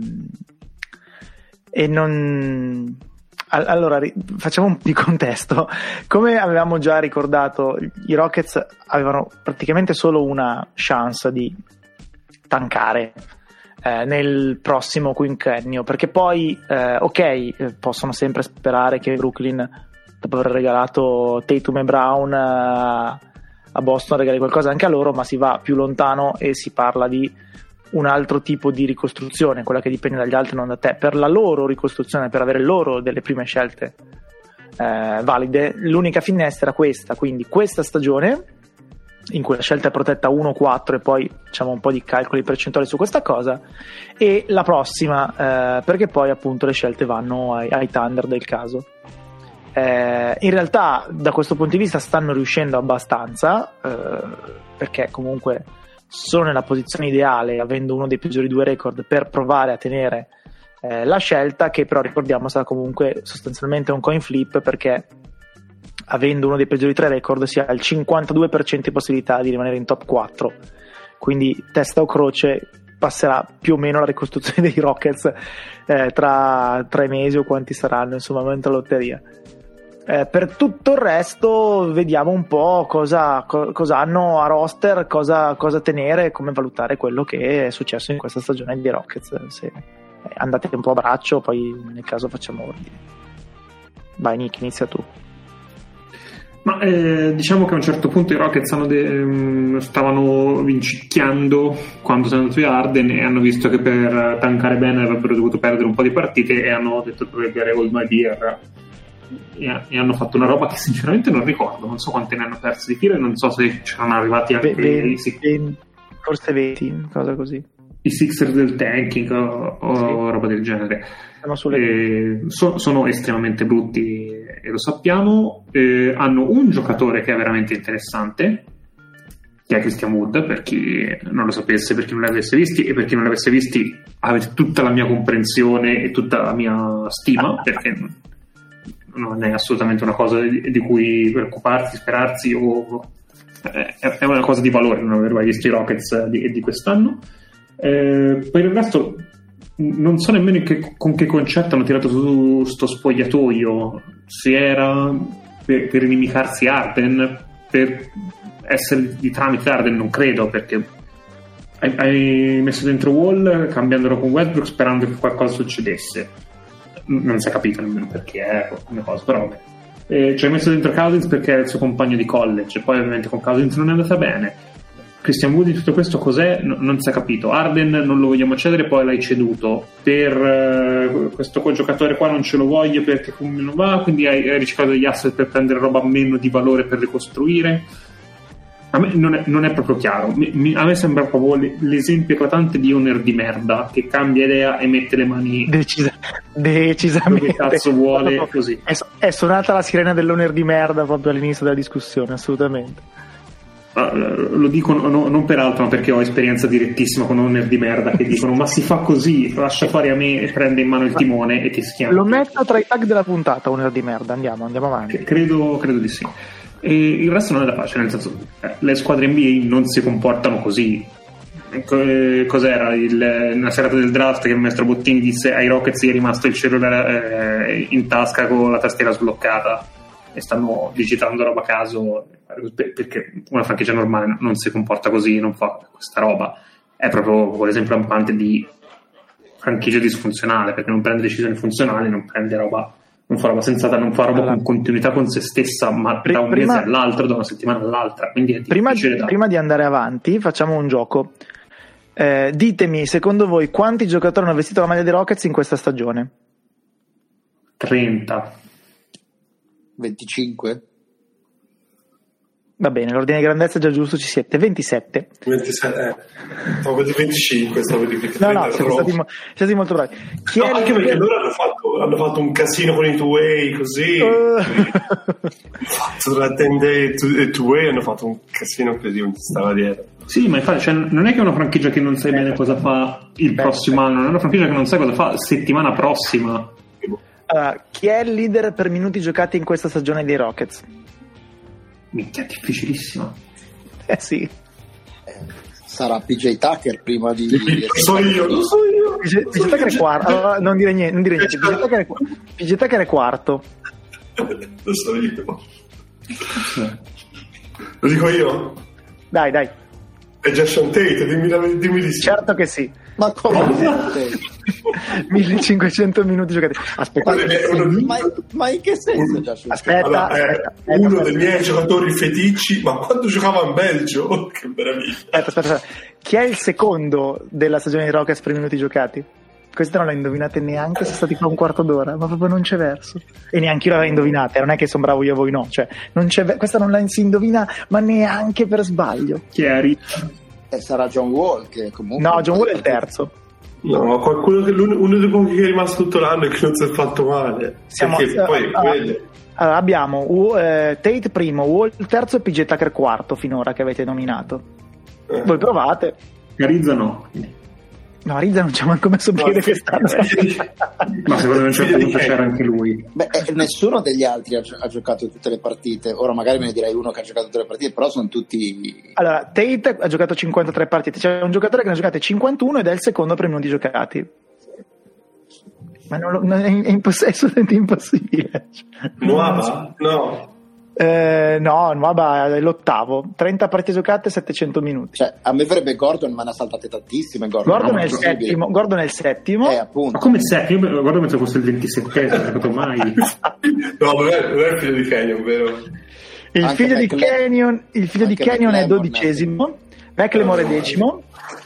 non... Allora, facciamo un po' di contesto. Come avevamo già ricordato, i Rockets avevano praticamente solo una chance di tankare nel prossimo quinquennio, perché poi possono sempre sperare che Brooklyn, dopo aver regalato Tatum e Brown a Boston, regali qualcosa anche a loro, ma si va più lontano e si parla di un altro tipo di ricostruzione, quella che dipende dagli altri, non da te. Per la loro ricostruzione, per avere loro delle prime scelte valide, l'unica finestra era questa, quindi questa stagione in cui la scelta è protetta 1-4 e poi facciamo un po' di calcoli percentuali su questa cosa, e la prossima perché poi appunto le scelte vanno ai Thunder del caso. In realtà da questo punto di vista stanno riuscendo abbastanza, perché comunque sono nella posizione ideale, avendo uno dei peggiori due record, per provare a tenere la scelta, che però ricordiamo sarà comunque sostanzialmente un coin flip, perché avendo uno dei peggiori tre record si ha il 52% di possibilità di rimanere in top 4, quindi testa o croce passerà più o meno la ricostruzione dei Rockets tra 3 mesi o quanti saranno, insomma, al momento della lotteria. Per tutto il resto vediamo un po' cosa hanno a roster, cosa tenere, come valutare quello che è successo in questa stagione di Rockets. Se andate un po' a braccio, poi nel caso facciamo ordine. Vai Nick, inizia tu. Ma diciamo che a un certo punto i Rockets stavano vincicchiando quando sono andati a Harden e hanno visto che per tankare bene avrebbero dovuto perdere un po' di partite e hanno detto dovrebbero hold my beer e hanno fatto una roba che sinceramente non ricordo, non so quante ne hanno perse di fila e non so se c'erano arrivati anche forse 20, cosa così, i Sixers del tanking o roba del genere. Sono estremamente brutti e lo sappiamo. Hanno un giocatore che è veramente interessante, che è Christian Wood, per chi non lo sapesse, per chi non l'avesse visti, e per chi non l'avesse visti avete tutta la mia comprensione e tutta la mia stima, perché non è assolutamente una cosa di cui preoccuparsi, sperarsi, è una cosa di valore non aver mai visto i Rockets di quest'anno. Per il resto non so nemmeno con che concetto hanno tirato su sto spogliatoio, se era per inimicarsi Harden, per essere di tramite Harden, non credo, perché hai messo dentro Wall cambiandolo con Westbrook sperando che qualcosa succedesse, non si è capito nemmeno perché come cosa, però vabbè. Ci hai messo dentro Cousins perché è il suo compagno di college, poi ovviamente con Cousins non è andata bene. Christian Wood in tutto questo cos'è? Non si è capito. Harden non lo vogliamo cedere, poi l'hai ceduto per questo giocatore qua, non ce lo voglio perché non va, quindi hai riciclato degli asset per prendere roba meno di valore per ricostruire. A me non è proprio chiaro. A me sembra proprio l'esempio eclatante di owner di merda che cambia idea e mette le mani decisamente dove cazzo vuole, così. È suonata la sirena dell'owner di merda proprio all'inizio della discussione, assolutamente. Lo dico non per altro, ma perché ho esperienza direttissima con owner di merda che dicono ma si fa così, lascia fare a me, e prende in mano il timone e ti schiama. Lo metto tra i tag della puntata, owner di merda. Andiamo avanti. Credo di sì. E il resto non è da facile, nel senso le squadre NBA non si comportano così. Cos'era una serata del draft che il maestro Bottini disse ai Rockets è rimasto il cellulare in tasca con la tastiera sbloccata e stanno digitando roba a caso, perché una franchigia normale non si comporta così, non fa questa roba. È proprio l'esempio lampante di franchigia disfunzionale, perché non prende decisioni funzionali, non prende roba, non fa roba sensata, non fa roba con continuità con se stessa, ma da un mese all'altro, da una settimana all'altra. Quindi è prima di andare avanti facciamo un gioco. Ditemi, secondo voi, quanti giocatori hanno vestito la maglia dei Rockets in questa stagione? 30. 25. Va bene, l'ordine di grandezza è già giusto, ci siete. 27. 27, stavo di 25, stavo di 25. No, siete stati molto bravi. Anche perché loro hanno fatto un casino con i two-way, così. Sulla 10-day two-way hanno fatto un casino così, non ci stava dietro. Sì, ma infatti non è che è una franchigia che non sai bene cosa fa il prossimo anno, non è una franchigia che non sai cosa fa settimana prossima. Chi è il leader per minuti giocati in questa stagione dei Rockets? Minchia, difficilissimo. Sì. Sarà PJ Tucker prima di... So io. PJ Tucker è quarto. Allora, non dire niente. PJ Tucker è quarto. Lo so io. Lo dico io? Dai. È Jason Tate, dimmi di sì. Certo che sì. Ma come? 1500 minuti giocati. Aspetta, ma in che senso? Aspetta, uno dei miei giocatori feticci, ma quando giocava in Belgio, che meraviglia. Aspetta. Chi è il secondo della stagione dei Rockets per minuti giocati? Queste non le indovinate neanche, sono stati qua un quarto d'ora, ma proprio non c'è verso. E neanche io l'avevo indovinata, non è che sono bravo io, voi no. Cioè, questa non la si indovina, ma neanche per sbaglio. Chi è? Sarà John Wall, che comunque... No, John Wall è il terzo. No, qualcuno uno dei pochi che è rimasto tutto l'anno e che non si è fatto male. Abbiamo Tate primo, Wall terzo e PJ Tucker quarto finora che avete nominato. Voi provate. Rizza no. No, Rizza non c'è manco messo piede quest'anno. Ma secondo me a un certo punto c'era anche lui. Nessuno degli altri ha giocato tutte le partite. Ora magari me ne direi uno che ha giocato tutte le partite, però sono tutti... Allora, Tate ha giocato 53 partite, c'è un giocatore che ne ha giocate 51 ed è il secondo per minuti giocati. Ma è assolutamente impossibile. Nuova? No. No, Nuova è l'8º, 30 partite giocate, 700 minuti. Cioè, a me verrebbe Gordon, ma ne ha saltate tantissime. Gordon è il settimo. Appunto. Ma come il settimo? Io guardo penso fosse il 27esimo, mai. No, non è il figlio di Kenyon, vero? Il figlio di Kenyon è 12esimo, McLemore è 10º.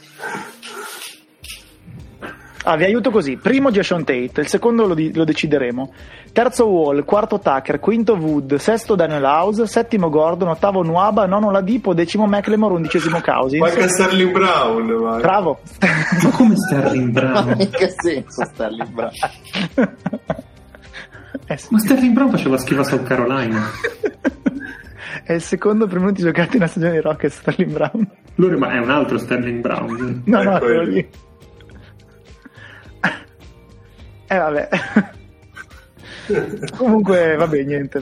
Vi aiuto così: primo Jason Tate, il secondo lo decideremo, terzo Wall, quarto Tucker, quinto Wood, sesto Daniel House, settimo Gordon, ottavo Nwaba, nono Ladipo, decimo McLemore, 11esimo Cousins. Manca Sterling Brown, man. Bravo. Ma come Sterling Brown? In che senso Sterling Brown? Ma Sterling Brown faceva schifo a South Carolina. È il secondo per minuti giocati nella stagione dei Rockets, Sterling Brown. Ma è un altro Sterling Brown. No, quello lì. Vabbè. Comunque vabbè, niente.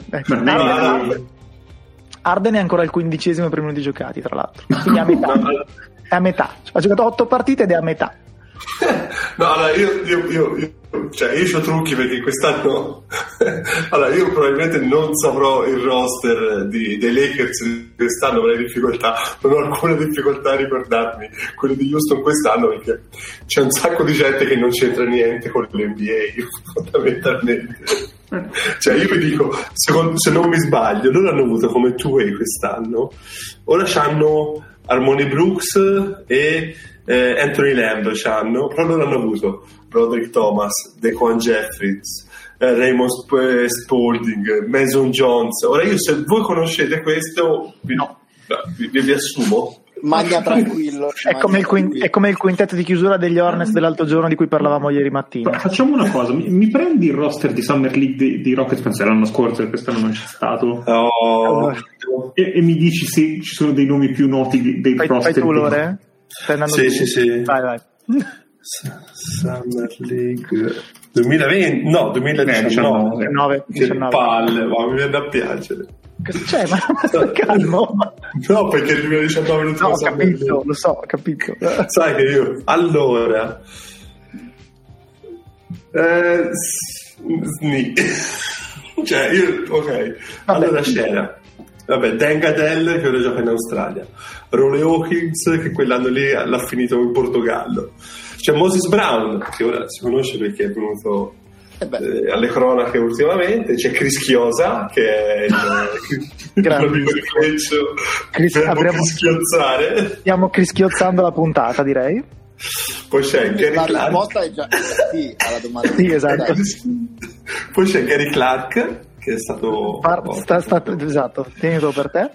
Arden è ancora al 15esimo per minuti giocati, tra l'altro, quindi è a metà, ha giocato 8 partite ed è a metà. No, allora io c'ho trucchi, perché quest'anno allora io probabilmente non saprò il roster dei Lakers quest'anno, avrei difficoltà, non ho alcuna difficoltà a ricordarmi quello di Houston quest'anno, perché c'è un sacco di gente che non c'entra niente con l'NBA fondamentalmente. Cioè io vi dico, se non mi sbaglio, loro hanno avuto come two-way quest'anno, ora c'hanno Harmony Brooks e Anthony Lamb c'hanno, però loro hanno avuto Broderick Thomas, Daquan Jeffries, Raymond Spalding, Mason Jones. Ora io, se voi conoscete questo, vi assumo. Magna tranquillo. È come il quintetto di chiusura degli Hornets dell'altro giorno di cui parlavamo ieri mattina. Facciamo una cosa, mi prendi il roster di Summer League di Rockets, penso l'anno scorso, perché quest'anno non c'è stato, e mi dici se ci sono dei nomi più noti dei roster. Fai tu, Lore? Sì. Vai. Summer League 2020, no, 2019. Che palle, ma mi viene da piacere. Cosa c'è? Ma calmo. No, perché il 2019 non ho capito, lo so, ho capito. Sai che io allora cioè io ok. Allora c'era Dan Gadell, che ora gioca in Australia, Role Hawkins, che quell'anno lì l'ha finito in Portogallo, c'è Moses Brown, che ora si conosce perché è venuto alle cronache ultimamente, c'è Chris Chiosa, che è il avremo schiozzare. Stiamo crischiozzando la puntata, direi. Poi c'è Gary Clark. La risposta è già sì alla domanda. Sì, esatto. Poi c'è Gary Clark, che è stato esatto, tienilo per te.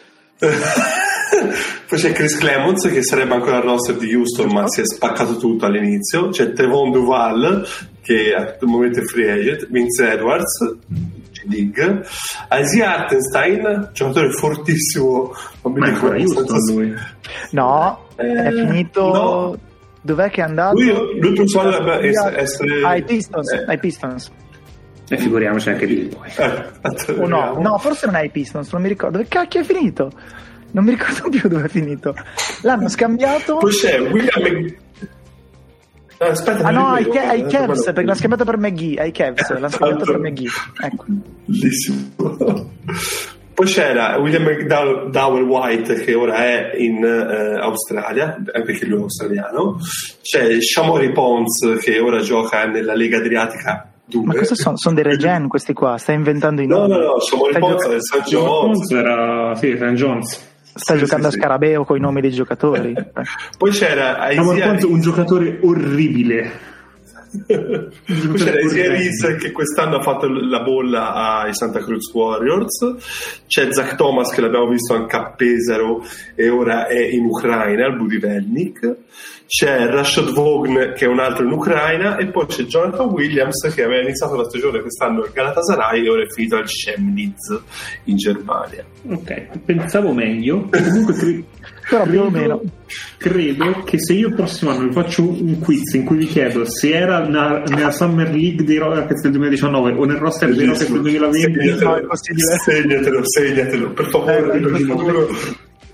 Poi c'è Chris Clemons, che sarebbe ancora al roster di Houston, ma si è spaccato tutto all'inizio. C'è Trevon Duval, che al momento è free agent, Vince Edwards, G-League, Isaiah Hartenstein, giocatore fortissimo, ma è ancora Houston lui? No, è finito. No. Dov'è che è andato? Lui dovrebbe essere ai Pistons. E figuriamoci anche lì poi. No, forse non è ai Pistons, non mi ricordo. Dove cacchio è finito? Non mi ricordo più dove è finito. L'hanno scambiato. Poi c'è William aspetta, ai Cavs, perché l'hanno scambiato per McGee. Ai Cavs l'hanno scambiato per McGee. Ecco. Bellissimo. Poi c'era William McDowell White, che ora è in Australia, perché lui è australiano. C'è Shamori Pons, che ora gioca nella Lega Adriatica. Ma cosa sono? Sono dei regen questi qua? Stai inventando i nomi? No, Shamori Pons è St. John's. Era St. John's. Stai giocando a scarabeo con i nomi dei giocatori. Poi c'era un giocatore orribile. Poi c'era Isaiah Reese, che quest'anno ha fatto la bolla ai Santa Cruz Warriors. C'è Zach Thomas, che l'abbiamo visto anche a Pesaro e ora è in Ucraina al Budivelnik. C'è Rashad Vaughn, che è un altro in Ucraina, e poi c'è Jonathan Williams, che aveva iniziato la stagione quest'anno al Galatasaray e ora è finito al Chemnitz in Germania. Ok, pensavo meglio. Comunque però più o meno credo che se io il prossimo anno vi faccio un quiz in cui vi chiedo se era nella Summer League dei Rockets del 2019 o nel roster dei Rockets del 2020, segnatelo per favore, per il futuro.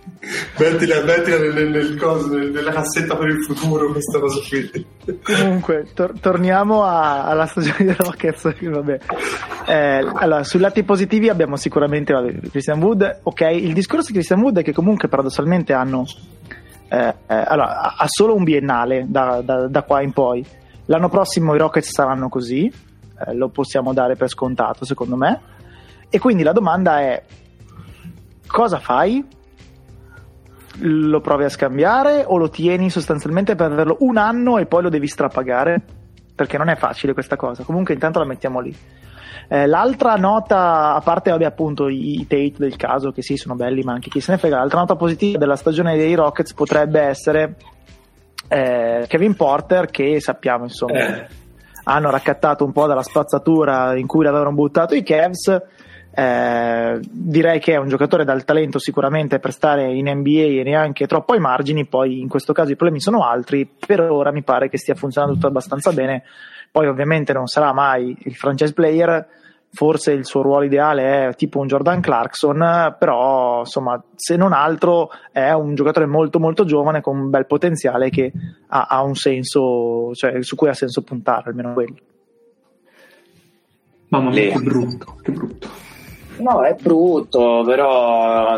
mettila nella cassetta per il futuro questa cosa qui. Comunque torniamo alla stagione dei Rockets. Vabbè. Allora, sui lati positivi abbiamo sicuramente Christian Wood. Ok, il discorso di Christian Wood è che comunque paradossalmente hanno allora, ha solo un biennale da qua in poi. L'anno prossimo i Rockets saranno così, lo possiamo dare per scontato secondo me, e quindi la domanda è: cosa fai? Lo provi a scambiare o lo tieni sostanzialmente per averlo un anno e poi lo devi strapagare? Perché non è facile questa cosa. Comunque intanto la mettiamo lì. L'altra nota, a parte vabbè, appunto i Tate del caso, che sì, sono belli, ma anche chi se ne frega, l'altra nota positiva della stagione dei Rockets potrebbe essere Kevin Porter, che sappiamo insomma hanno raccattato un po' dalla spazzatura in cui l'avevano buttato i Cavs. Direi che è un giocatore dal talento sicuramente per stare in NBA e neanche troppo ai margini. Poi in questo caso i problemi sono altri. Per ora mi pare che stia funzionando tutto abbastanza bene. Poi ovviamente non sarà mai il franchise player, forse il suo ruolo ideale è tipo un Jordan Clarkson, però insomma, se non altro è un giocatore molto molto giovane con un bel potenziale che ha un senso, cioè su cui ha senso puntare, almeno quello. Mamma mia, che brutto. No, è brutto, però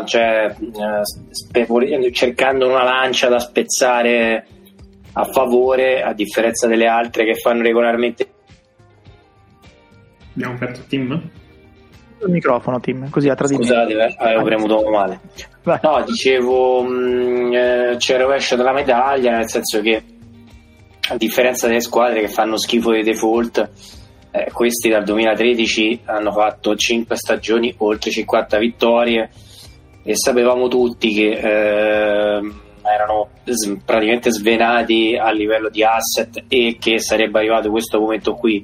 cercando una lancia da spezzare a favore, a differenza delle altre che fanno regolarmente. Abbiamo aperto Tim? Il microfono, Tim, così a tradimento. Scusate, avevo premuto male. Vai. No, dicevo, c'è il rovescio della medaglia, nel senso che a differenza delle squadre che fanno schifo di default, questi dal 2013 hanno fatto 5 stagioni, oltre 50 vittorie, e sapevamo tutti che erano praticamente svenati a livello di asset e che sarebbe arrivato questo momento qui,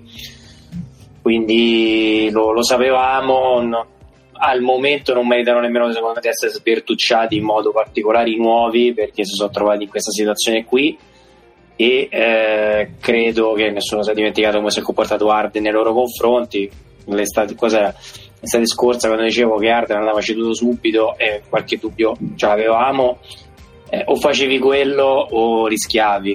quindi lo sapevamo. Al momento non meritano nemmeno secondo me di essere sbertucciati in modo particolare i nuovi, perché si sono trovati in questa situazione qui, e credo che nessuno si è dimenticato come si è comportato Harden nei loro confronti. L'estate scorsa, quando dicevo che Harden andava ceduto subito e qualche dubbio ce l'avevamo, o facevi quello o rischiavi.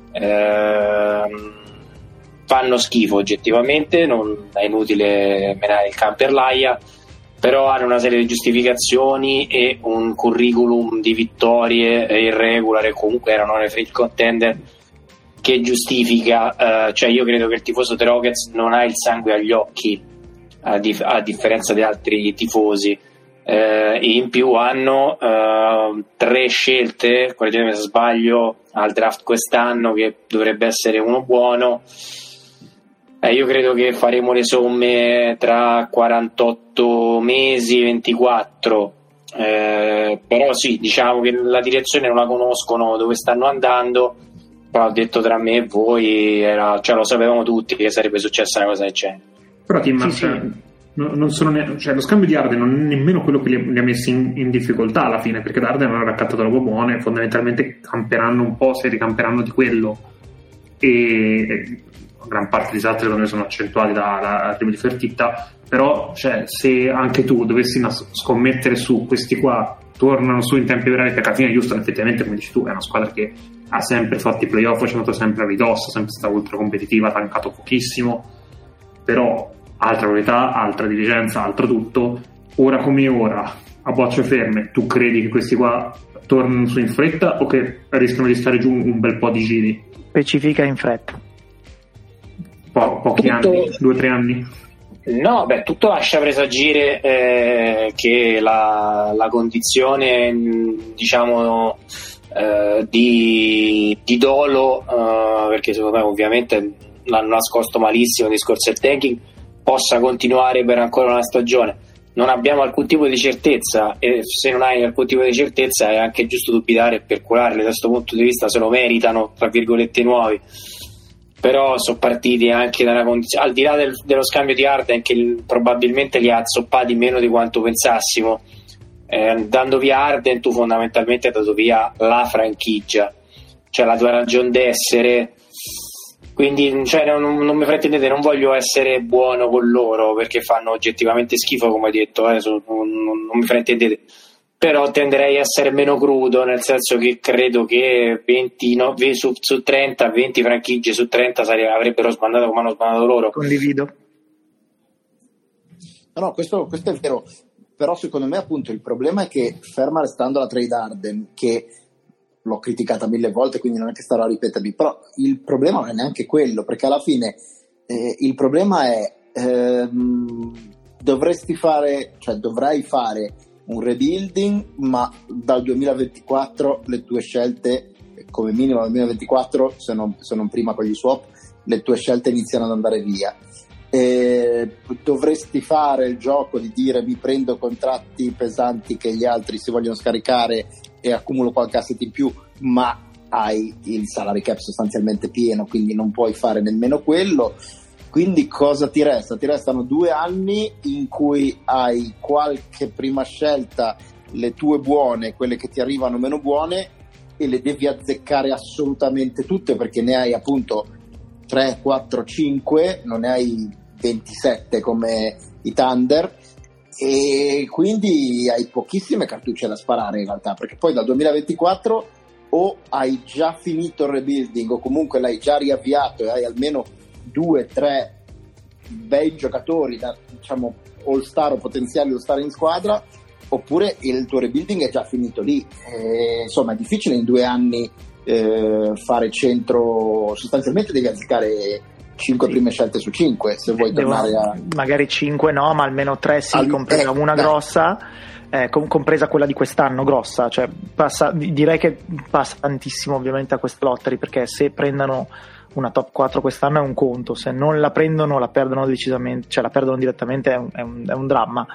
Fanno schifo oggettivamente, non è inutile menare il can per l'aia, però hanno una serie di giustificazioni e un curriculum di vittorie irregular, e comunque erano nei free contender, che giustifica, cioè io credo che il tifoso dei Rockets non ha il sangue agli occhi, a differenza di altri tifosi. In più hanno 3 scelte, correggetemi se sbaglio, al draft quest'anno, che dovrebbe essere uno buono. Io credo che faremo le somme tra 48 mesi, 24, però sì, diciamo che la direzione non la conoscono, dove stanno andando, però ho detto tra me e voi, lo sapevamo tutti che sarebbe successa una cosa del genere. Però Tim, non sono lo scambio di Harden non è nemmeno quello che li ha messi in difficoltà alla fine, perché Harden non ha raccattato roba buona e fondamentalmente camperanno un po', si ricamperanno di quello, e gran parte dei altri secondo me sono accentuati dall'arrivo di Fertitta. Però se anche tu dovessi scommettere su questi qua tornano su in tempi brevi, perché alla fine Houston effettivamente, come dici tu, è una squadra che ha sempre fatto i playoff, ci è andato sempre a ridosso, sempre stata ultra competitiva, ha tancato pochissimo, però altra qualità, altra dirigenza, altro tutto. Ora come ora, a bocce ferme, tu credi che questi qua tornano su in fretta o che rischiano di stare giù un bel po' di giri? Specifica in fretta. Pochi anni, 2 o 3 anni? No, tutto lascia presagire che la condizione, diciamo, di dolo, perché secondo me ovviamente l'hanno nascosto malissimo il discorso del tanking, possa continuare per ancora una stagione. Non abbiamo alcun tipo di certezza, e se non hai alcun tipo di certezza è anche giusto dubitare e percularli. Da questo punto di vista se lo meritano, tra virgolette, nuovi. Però sono partiti anche da una condizione, al di là dello scambio di Harden, che probabilmente li ha azzoppati meno di quanto pensassimo. Dando via Harden tu fondamentalmente hai dato via la franchigia, cioè la tua ragione d'essere. Quindi non mi fraintendete, non voglio essere buono con loro perché fanno oggettivamente schifo, come hai detto, non mi fraintendete, però tenderei a essere meno crudo, nel senso che credo che 29 su 30, 20 franchigie su 30 avrebbero sbandato come hanno sbandato loro. Condivido. No, questo è vero, però secondo me appunto il problema è che, ferma restando la trade Harden, che l'ho criticata 1000 volte, quindi non è che starò a ripetermi, però il problema non è neanche quello, perché alla fine il problema è dovrai fare un rebuilding, ma dal 2024 le tue scelte, come minimo dal 2024, se non prima con gli swap, le tue scelte iniziano ad andare via. Dovresti fare il gioco di dire: mi prendo contratti pesanti che gli altri si vogliono scaricare e accumulo qualche asset in più, ma hai il salary cap sostanzialmente pieno, quindi non puoi fare nemmeno quello. Quindi cosa ti resta? Ti restano 2 anni in cui hai qualche prima scelta, le tue buone, quelle che ti arrivano meno buone, e le devi azzeccare assolutamente tutte, perché ne hai appunto 3, 4, 5, non ne hai 27 come i Thunder, e quindi hai pochissime cartucce da sparare in realtà, perché poi dal 2024 o hai già finito il rebuilding o comunque l'hai già riavviato e hai almeno 2-3 bei giocatori da, diciamo, all star o potenziali all star in squadra, oppure il tuo rebuilding è già finito lì. Insomma, è difficile in 2 anni fare centro. Sostanzialmente devi azzeccare 5 prime scelte su 5 se vuoi tornare a... magari 5 no, ma almeno 3 sì, compresa una grossa, compresa quella di quest'anno grossa, cioè direi che passa tantissimo ovviamente a queste lottery, perché se prendono una top 4 quest'anno è un conto, se non la prendono la perdono decisamente, cioè la perdono direttamente, è un dramma.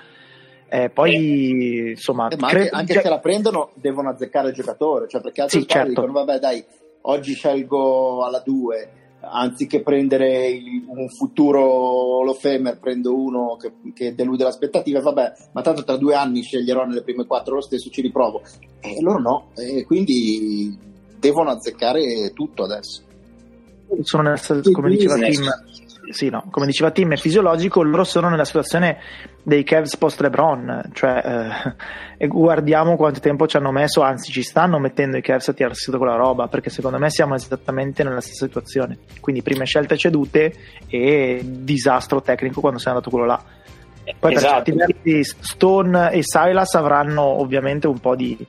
Poi insomma, ma anche se la prendono devono azzeccare il giocatore, cioè perché altri certo. Dicono vabbè dai, oggi scelgo alla 2, anziché prendere un futuro Hall of Famer prendo uno che delude le aspettative, vabbè, ma tanto tra 2 anni sceglierò nelle prime 4 lo stesso, ci riprovo, e loro no, quindi devono azzeccare tutto adesso. Sono come diceva Tim, sì, no, come diceva Tim, è fisiologico, loro sono nella situazione dei Cavs post LeBron, cioè e guardiamo quanto tempo ci hanno messo, anzi ci stanno mettendo i Cavs a tirarsi sotto quella roba, perché secondo me siamo esattamente nella stessa situazione, quindi prime scelte cedute e disastro tecnico quando sei andato quello là. Poi esatto. Per certi versi Stone e Silas avranno ovviamente un po' di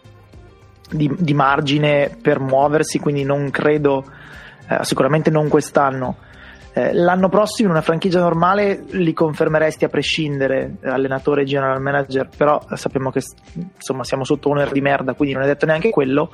margine per muoversi, quindi non credo, sicuramente non quest'anno. L'anno prossimo in una franchigia normale li confermeresti a prescindere, allenatore e general manager, però sappiamo che insomma siamo sotto un air di merda, quindi non è detto neanche quello.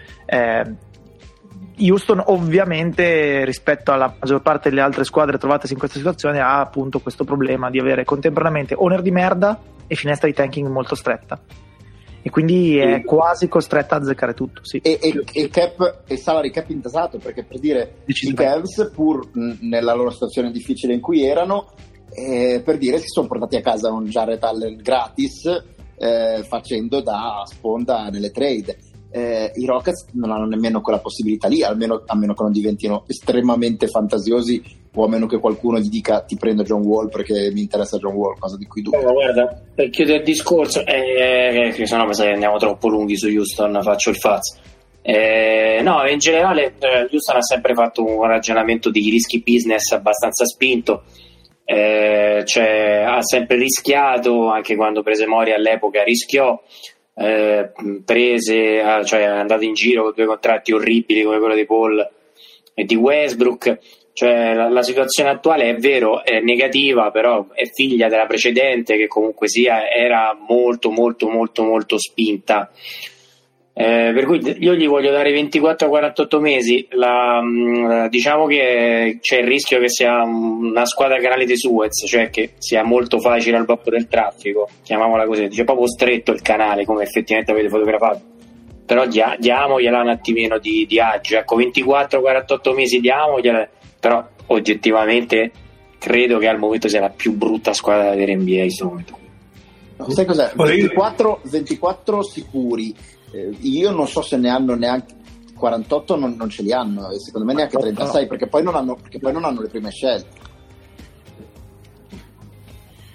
Houston ovviamente rispetto alla maggior parte delle altre squadre trovatesi in questa situazione ha appunto questo problema di avere contemporaneamente owner di merda e finestra di tanking molto stretta, e quindi è quasi costretta a azzeccare tutto, sì. E salary cap intasato, perché per dire i Cavs, pur nella loro situazione difficile in cui erano, per dire si sono portati a casa un Jarrett Allen gratis, facendo da sponda nelle trade. I Rockets non hanno nemmeno quella possibilità lì, a meno che non diventino estremamente fantasiosi, o a meno che qualcuno gli dica ti prendo John Wall perché mi interessa John Wall, cosa di cui dubito. Guarda, per chiudere il discorso, che se no mi sa che andiamo troppo lunghi su Houston, faccio il fazzo. No, in generale Houston ha sempre fatto un ragionamento di rischi business abbastanza spinto, cioè ha sempre rischiato, anche quando prese Mori all'epoca rischiò, cioè è andato in giro con 2 contratti orribili come quello di Paul e di Westbrook. Cioè la situazione attuale è vero, è negativa, però è figlia della precedente, che comunque sia era molto molto molto molto spinta, per cui io gli voglio dare 24-48 mesi. Diciamo che c'è il rischio che sia una squadra canale di Suez, cioè che sia molto facile al blocco del traffico, chiamiamola così, dice proprio stretto il canale come effettivamente avete fotografato, però diamogliela un attimino di agio, ecco, 24-48 mesi diamogliela, però oggettivamente credo che al momento sia la più brutta squadra da avere NBA in questo momento. No, sai cos'è? 24 sicuri, io non so se ne hanno neanche 48, non ce li hanno, e secondo me neanche 36, perché poi non hanno le prime scelte.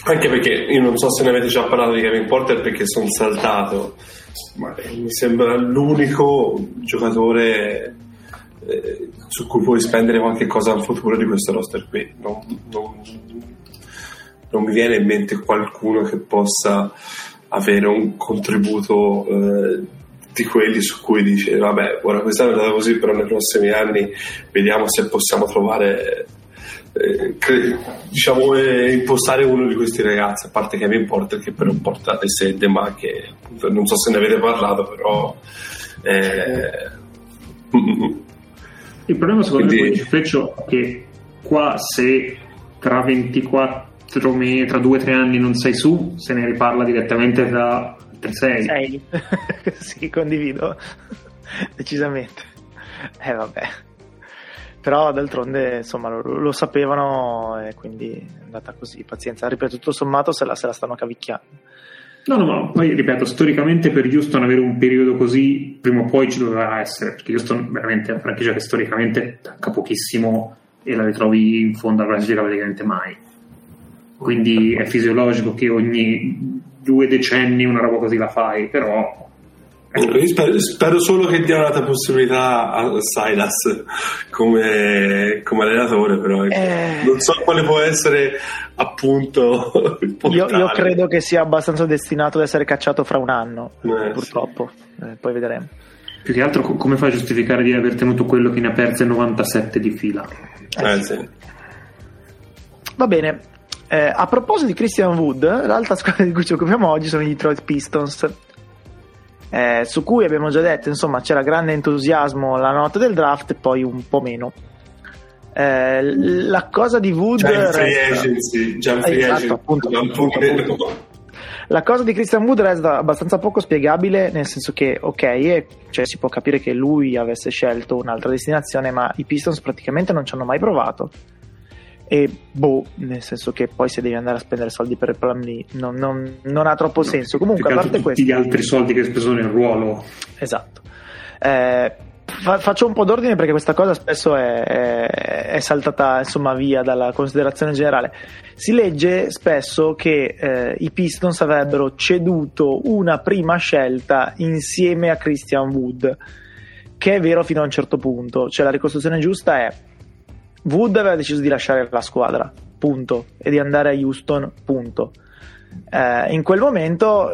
Anche perché io non so se ne avete già parlato di Kevin Porter, perché sono saltato, ma mi sembra l'unico giocatore su cui puoi spendere qualche cosa in futuro di questo roster qui. Non mi viene in mente qualcuno che possa avere un contributo di quelli su cui dice vabbè, ora quest'anno è andato così, però nei prossimi anni vediamo se possiamo trovare impostare uno di questi ragazzi, a parte Kevin Porter, che però porta le sede, ma che appunto, non so se ne avete parlato, però il problema secondo me Fleccio è che qua, se tra 24 mesi, tra 2 o 3 anni non sei su, se ne riparla direttamente da 6. Sì, condivido decisamente. Vabbè, però d'altronde insomma lo sapevano, e quindi è andata così, pazienza. Ripeto, tutto sommato se la stanno cavicchiando. No, poi ripeto, storicamente per Houston avere un periodo così prima o poi ci doveva essere, perché Houston veramente è una franchigia che storicamente tanca pochissimo e la ritrovi in fondo alla classifica praticamente mai, quindi è fisiologico che ogni 2 decenni una roba così la fai, però spero solo che dia un'altra possibilità a Silas come allenatore, però non so quale può essere appunto io credo che sia abbastanza destinato ad essere cacciato fra un anno, purtroppo. Poi vedremo. Più che altro come fai a giustificare di aver tenuto quello che ne ha perse 97 di fila? Sì. Va bene. A proposito di Christian Wood, l'altra squadra di cui ci occupiamo oggi sono i Detroit Pistons, su cui abbiamo già detto, insomma, c'era grande entusiasmo la notte del draft e poi un po' meno. La cosa di Wood la cosa di Christian Wood resta abbastanza poco spiegabile, nel senso che cioè si può capire che lui avesse scelto un'altra destinazione, ma i Pistons praticamente non ci hanno mai provato. E nel senso che poi se devi andare a spendere soldi per il Plumlee non ha troppo senso. Comunque, a parte tutti gli altri soldi che hai speso nel ruolo, esatto. Faccio un po' d'ordine, perché questa cosa spesso è saltata insomma via dalla considerazione generale. Si legge spesso che i Pistons avrebbero ceduto una prima scelta insieme a Christian Wood, che è vero fino a un certo punto. Cioè, la ricostruzione giusta è: Wood aveva deciso di lasciare la squadra, punto, e di andare a Houston, punto. In quel momento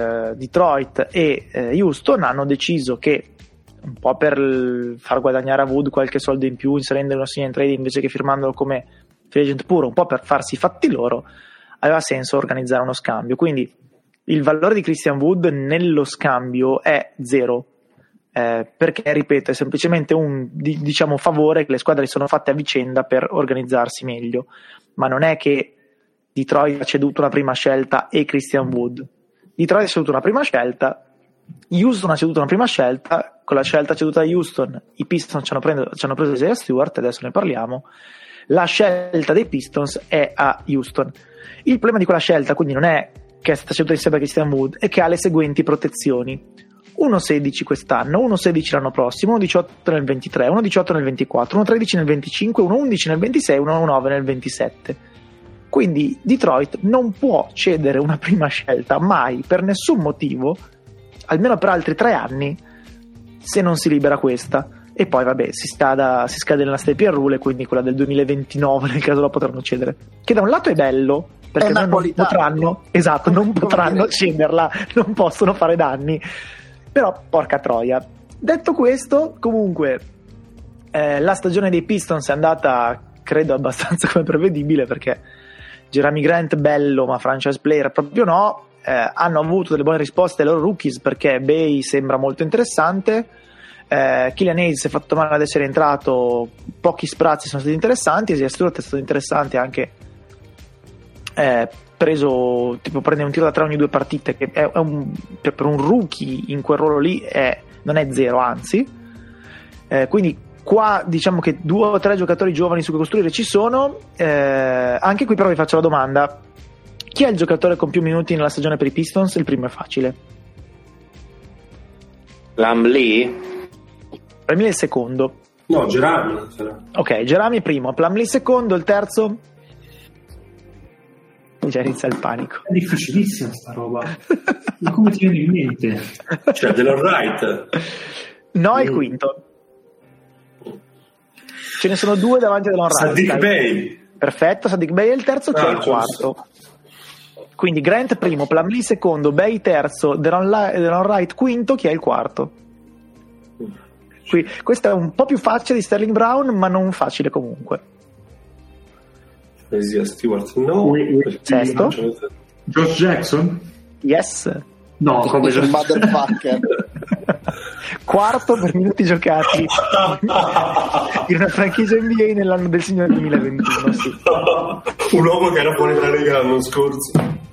Detroit e Houston hanno deciso che, un po' per far guadagnare a Wood qualche soldo in più inserendo uno sign and trade invece che firmandolo come free agent puro, un po' per farsi i fatti loro, aveva senso organizzare uno scambio. Quindi il valore di Christian Wood nello scambio è 0. Perché, ripeto, è semplicemente un favore che le squadre sono fatte a vicenda per organizzarsi meglio, ma non è che Detroit ha ceduto una prima scelta e Christian Wood. Detroit ha ceduto una prima scelta, Houston ha ceduto una prima scelta, con la scelta ceduta a Houston i Pistons ci hanno preso Isaiah Stewart, adesso ne parliamo. La scelta dei Pistons è a Houston. Il problema di quella scelta quindi non è che è stata ceduta insieme a Christian Wood, è che ha le seguenti protezioni: 1,16 quest'anno, 1,16 l'anno prossimo, 1,18 nel 23, 1,18 nel 24, 1,13 nel 25, 1,11 nel 26, 1,9 nel 27. Quindi Detroit non può cedere una prima scelta mai, per nessun motivo, almeno per altri 3 anni, se non si libera questa. E poi vabbè, si scade nella Staples Rule, quindi quella del 2029 nel caso la potranno cedere, che da un lato è bello, perché non potranno cederla, non possono fare danni. Però porca troia. Detto questo, comunque la stagione dei Pistons è andata, credo, abbastanza come prevedibile, perché Jerami Grant bello, ma franchise player proprio no. Hanno avuto delle buone risposte ai loro rookies, perché Bay sembra molto interessante, Killian Hayes si è fatto male ad essere entrato, pochi sprazzi sono stati interessanti, Isaiah Stewart è stato interessante anche, preso, tipo, prende un tiro da 3 ogni 2 partite, che è per un rookie in quel ruolo lì non è 0, anzi. Quindi qua diciamo che 2 o 3 giocatori giovani su cui costruire ci sono. Anche qui però vi faccio la domanda: chi è il giocatore con più minuti nella stagione per i Pistons? Il primo è facile. Plumlee è il secondo. No, Jerami. Ok, Jerami primo, Plumlee secondo, il terzo? Già inizia il panico. È difficilissima sta roba. Ma come ti viene in mente? Cioè, Delon Wright? No, è il quinto. Ce ne sono 2 davanti a Delon Wright. Saddiq Bey. Perfetto, Saddiq Bey è il terzo, che è il quarto. Quindi Grant primo, Plumlee secondo, Bey terzo, Delon Wright quinto, che è il quarto. Questo è un po' più facile di Sterling Brown, ma non facile comunque. Stewart no. Sesto. Josh Jackson? Yes. No, come Josh Motherfucker. Quarto per minuti giocati in una franchigia NBA nell'anno del signore 2021, sì. Un uomo che era fuori dalla Lega l'anno scorso.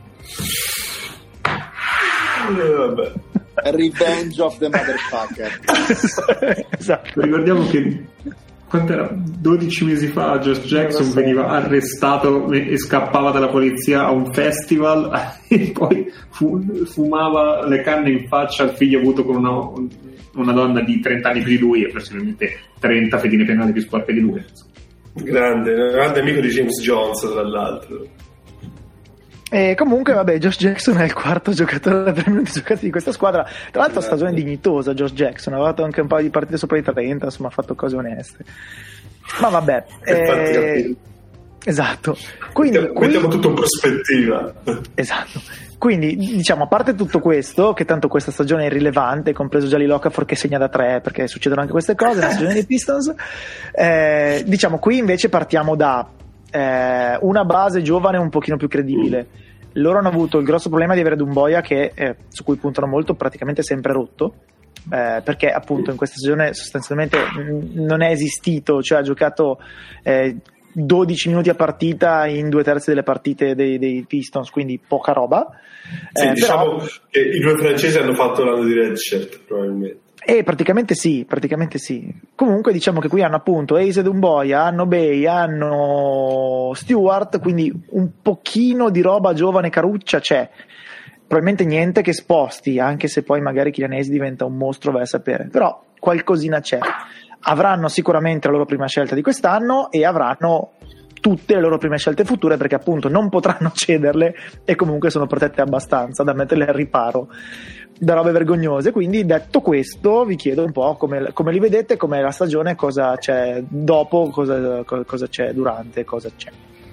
Vabbè. Revenge of the Motherfucker. Esatto. Ricordiamo che quant'era? 12 mesi fa Josh Jackson veniva arrestato e scappava dalla polizia a un festival e poi fumava le canne in faccia al figlio avuto con una donna di 30 anni più di lui e possibilmente 30 fedine penali più sporche di lui. Grande amico di James Jones, tra l'altro. E comunque vabbè, Josh Jackson è il quarto giocatore da 3 minuti giocati di questa squadra. Tra l'altro stagione dignitosa Josh Jackson, ha fatto anche un paio di partite sopra i 30, insomma ha fatto cose oneste. Ma vabbè, esatto. Quindi mettiamo tutto in prospettiva. Esatto. Quindi diciamo, a parte tutto questo, che tanto questa stagione è irrilevante, compreso Jalil Okafor che segna da 3, perché succedono anche queste cose nella stagione dei Pistons, diciamo qui invece partiamo da una base giovane un pochino più credibile. Loro hanno avuto il grosso problema di avere Doumbouya che su cui puntano molto, praticamente sempre rotto, perché appunto in questa stagione sostanzialmente non è esistito, cioè ha giocato 12 minuti a partita in 2/3 delle partite dei Pistons, quindi poca roba. Sì, diciamo che i 2 francesi hanno fatto l'anno di redshirt probabilmente. Praticamente sì. Comunque diciamo che qui hanno appunto Ace Doumbouya, hanno Bey, hanno Stewart, quindi un pochino di roba giovane caruccia c'è. Probabilmente niente che sposti, anche se poi magari Killian Hayes diventa un mostro, vai a sapere. Però qualcosina c'è. Avranno sicuramente la loro prima scelta di quest'anno e avranno tutte le loro prime scelte future, perché appunto non potranno cederle e comunque sono protette abbastanza da metterle al riparo da robe vergognose. Quindi detto questo vi chiedo un po' come li vedete, com'è la stagione, cosa c'è dopo, cosa c'è durante, cosa c'è.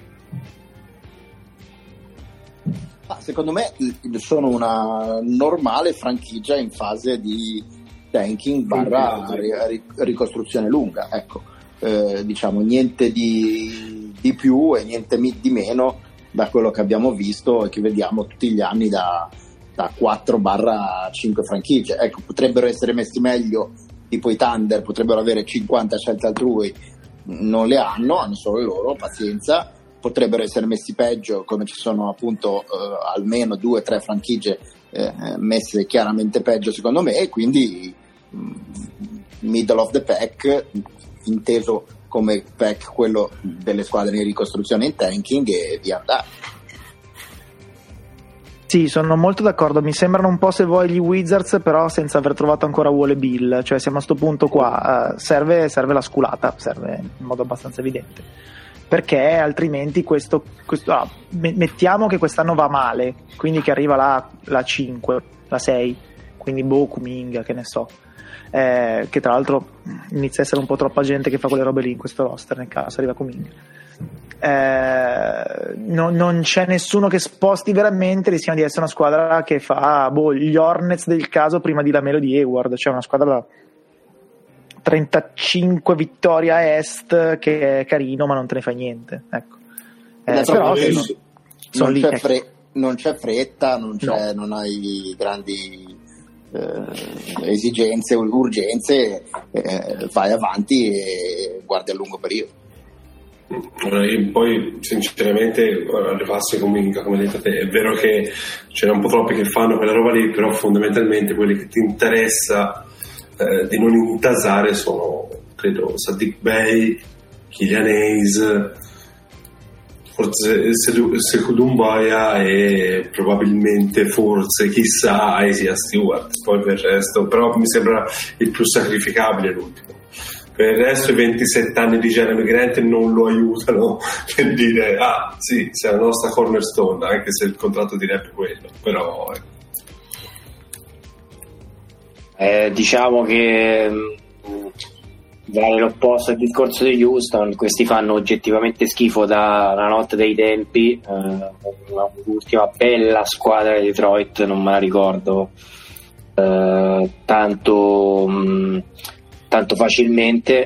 Secondo me sono una normale franchigia in fase di tanking barra ricostruzione lunga, ecco. Diciamo niente di più e niente di meno da quello che abbiamo visto e che vediamo tutti gli anni da 4/5 franchigie. Ecco, potrebbero essere messi meglio, tipo i Thunder potrebbero avere 50 scelte altrui, non le hanno solo le loro, pazienza. Potrebbero essere messi peggio, come ci sono appunto almeno 2-3 franchigie messe chiaramente peggio secondo me, e quindi middle of the pack, inteso come pack quello delle squadre in ricostruzione in tanking, e via andare. Sì, sono molto d'accordo, mi sembrano un po' se vuoi gli Wizards, però senza aver trovato ancora Wall e Bill, cioè siamo a sto punto qua, serve la sculata, serve in modo abbastanza evidente, perché altrimenti mettiamo che quest'anno va male, quindi che arriva la 5, la 6, quindi Kuminga, che ne so, che tra l'altro inizia a essere un po' troppa gente che fa quelle robe lì in questo roster, nel caso arriva Kuminga. Non c'è nessuno che sposti veramente, rischiamo di essere una squadra che fa gli Hornets del caso prima di Lamelo di Hayward, cioè una squadra da 35 vittorie a est che è carino ma non te ne fa niente, ecco. Però non c'è fretta, non hai grandi esigenze o urgenze, vai avanti e guardi a lungo periodo. Poi sinceramente arrivassi Kuminga, come hai detto te, è vero che ce n'è un po' troppi che fanno quella roba lì, però fondamentalmente quelli che ti interessa di non intasare sono, credo, Saddiq Bey, Killian Hayes, forse Sekou Doumbouya e probabilmente, forse, chissà, Isaiah Stewart. Poi per il resto, però mi sembra il più sacrificabile l'ultimo. Per il resto i 27 anni di Jeremy Grant non lo aiutano per dire sì, sei la nostra cornerstone, anche se il contratto direbbe quello, però diciamo che dare l'opposto al discorso di Houston, questi fanno oggettivamente schifo dalla notte dei tempi. L'ultima bella squadra di Detroit non me la ricordo tanto facilmente.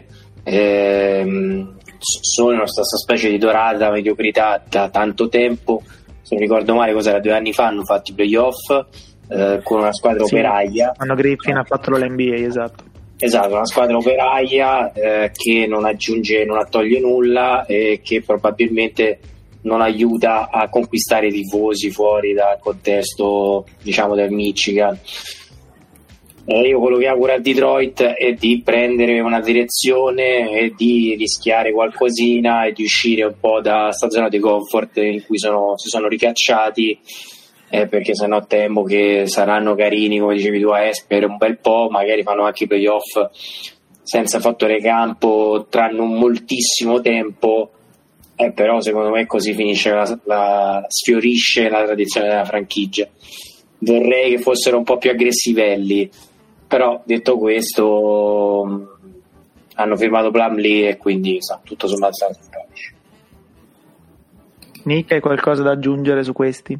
Sono in questa specie di dorata mediocrità da tanto tempo. Se non ricordo male, cos'era, 2 anni fa hanno fatto i playoff con una squadra operaia. Hanno Griffin ha fatto l'NBA, esatto, una squadra operaia che non aggiunge, non toglie nulla e che probabilmente non aiuta a conquistare i tifosi fuori dal contesto, diciamo, del Michigan. Io quello che auguro a Detroit è di prendere una direzione e di rischiare qualcosina e di uscire un po' da sta zona di comfort in cui si sono ricacciati, perché sennò temo che saranno carini, come dicevi tu, a per un bel po', magari fanno anche i playoff senza fattore campo tra non moltissimo tempo, però secondo me così finisce sfiorisce la tradizione della franchigia. Vorrei che fossero un po' più aggressivelli, però detto questo hanno firmato Plumlee e quindi tutto sommato sta simpatico. Nick, hai qualcosa da aggiungere su questi?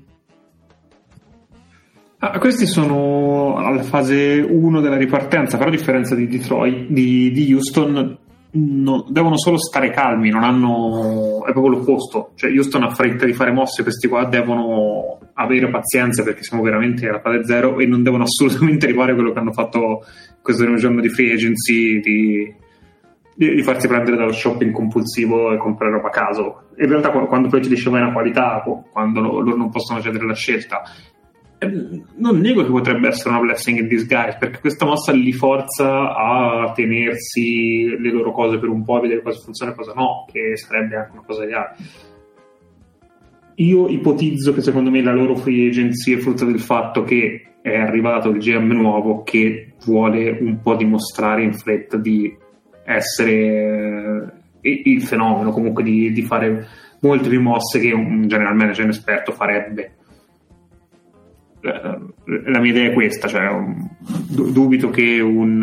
Questi sono alla fase 1 della ripartenza, però a differenza di Detroit, di Houston, devono solo stare calmi, non hanno, è proprio l'opposto, cioè Houston ha fretta di fare mosse, questi qua devono avere pazienza perché siamo veramente alla fase 0 e non devono assolutamente rifare quello che hanno fatto questo primo giorno di free agency, di farsi prendere dallo shopping compulsivo e comprare roba a caso. In realtà quando poi ti diceva una qualità, quando loro non possono cedere la scelta, non nego che potrebbe essere una blessing in disguise, perché questa mossa li forza a tenersi le loro cose per un po', a vedere cosa funziona e cosa no, che sarebbe anche una cosa ideale. Io ipotizzo che secondo me la loro free agency è frutto del fatto che è arrivato il GM nuovo che vuole un po' dimostrare in fretta di essere il fenomeno, comunque di fare molte più mosse che un general manager inesperto farebbe. La mia idea è questa, cioè dubito che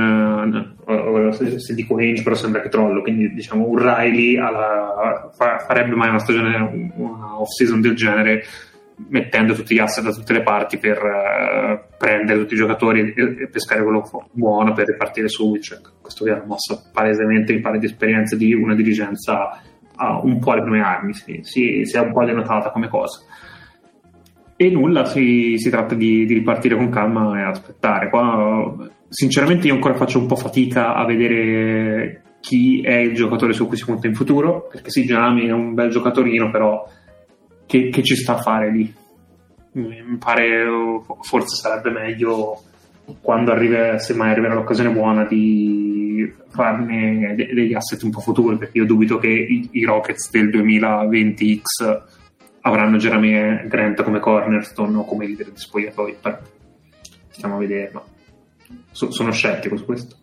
se dico Ainge però sembra che trollo, quindi diciamo un Riley farebbe mai una stagione, una off season del genere, mettendo tutti gli asset da tutte le parti per prendere tutti i giocatori e pescare quello buono per ripartire subito. Cioè, questo è una mossa palesemente in pari di esperienza di una dirigenza un po' alle prime armi, si è un po' denotata come cosa. E nulla, si tratta di ripartire con calma e aspettare. Qua sinceramente io ancora faccio un po' fatica a vedere chi è il giocatore su cui si punta in futuro, perché sì, Gianami è un bel giocatorino, però che ci sta a fare lì? Mi pare forse sarebbe meglio, quando se mai arriverà l'occasione buona, di farne degli asset un po' futuri, perché io dubito che i Rockets del 2020X avranno Jeremy Grant come cornerstone o come leader di spogliatoi, però stiamo a vedere, ma sono scettico su questo.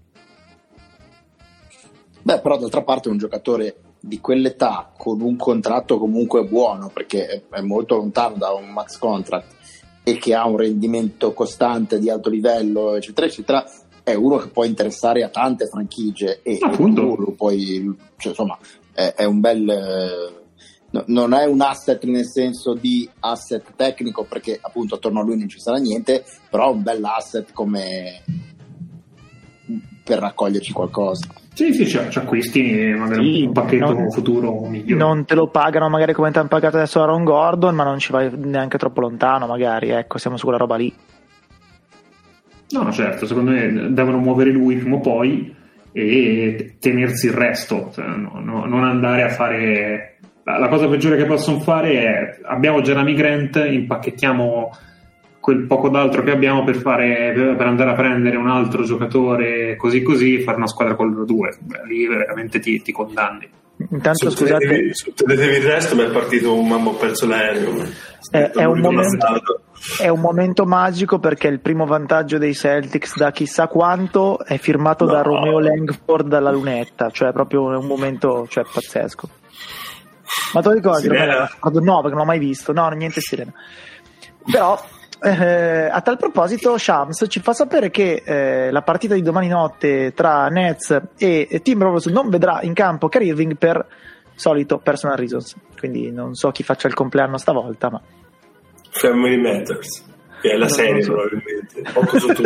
Beh, però d'altra parte un giocatore di quell'età con un contratto comunque buono, perché è molto lontano da un max contract, e che ha un rendimento costante di alto livello, eccetera eccetera, è uno che può interessare a tante franchigie e poi, cioè, insomma, è un bel non è un asset nel senso di asset tecnico, perché appunto attorno a lui non ci sarà niente, però è un bel asset come per raccoglierci qualcosa. Sì, c'è acquisti, magari un pacchetto futuro migliore. Non te lo pagano magari come ti hanno pagato adesso Aaron Gordon, ma non ci vai neanche troppo lontano, magari, ecco, siamo su quella roba lì. No, certo, secondo me devono muovere lui prima o poi e tenersi il resto, cioè, non andare a fare. La cosa peggiore che possono fare è: abbiamo Jeremy Grant, impacchettiamo quel poco d'altro che abbiamo per andare a prendere un altro giocatore così, fare una squadra con loro due. Beh, lì veramente ti condanni. intanto scusate, sottoletevi il resto, ma è partito un mamma, ho perso l'aereo. È un momento magico, perché il primo vantaggio dei Celtics da chissà quanto è firmato da Romeo Langford dalla lunetta, cioè proprio un momento, cioè, pazzesco. Ma te lo ricordi? No, perché non l'ho mai visto. No, niente sirena. Però a tal proposito Shams ci fa sapere che la partita di domani notte tra Nets e Timberwolves non vedrà in campo Kyrie Irving per solito personal reasons, quindi non so chi faccia il compleanno stavolta, ma Family Matters, che è la serie probabilmente poco sotto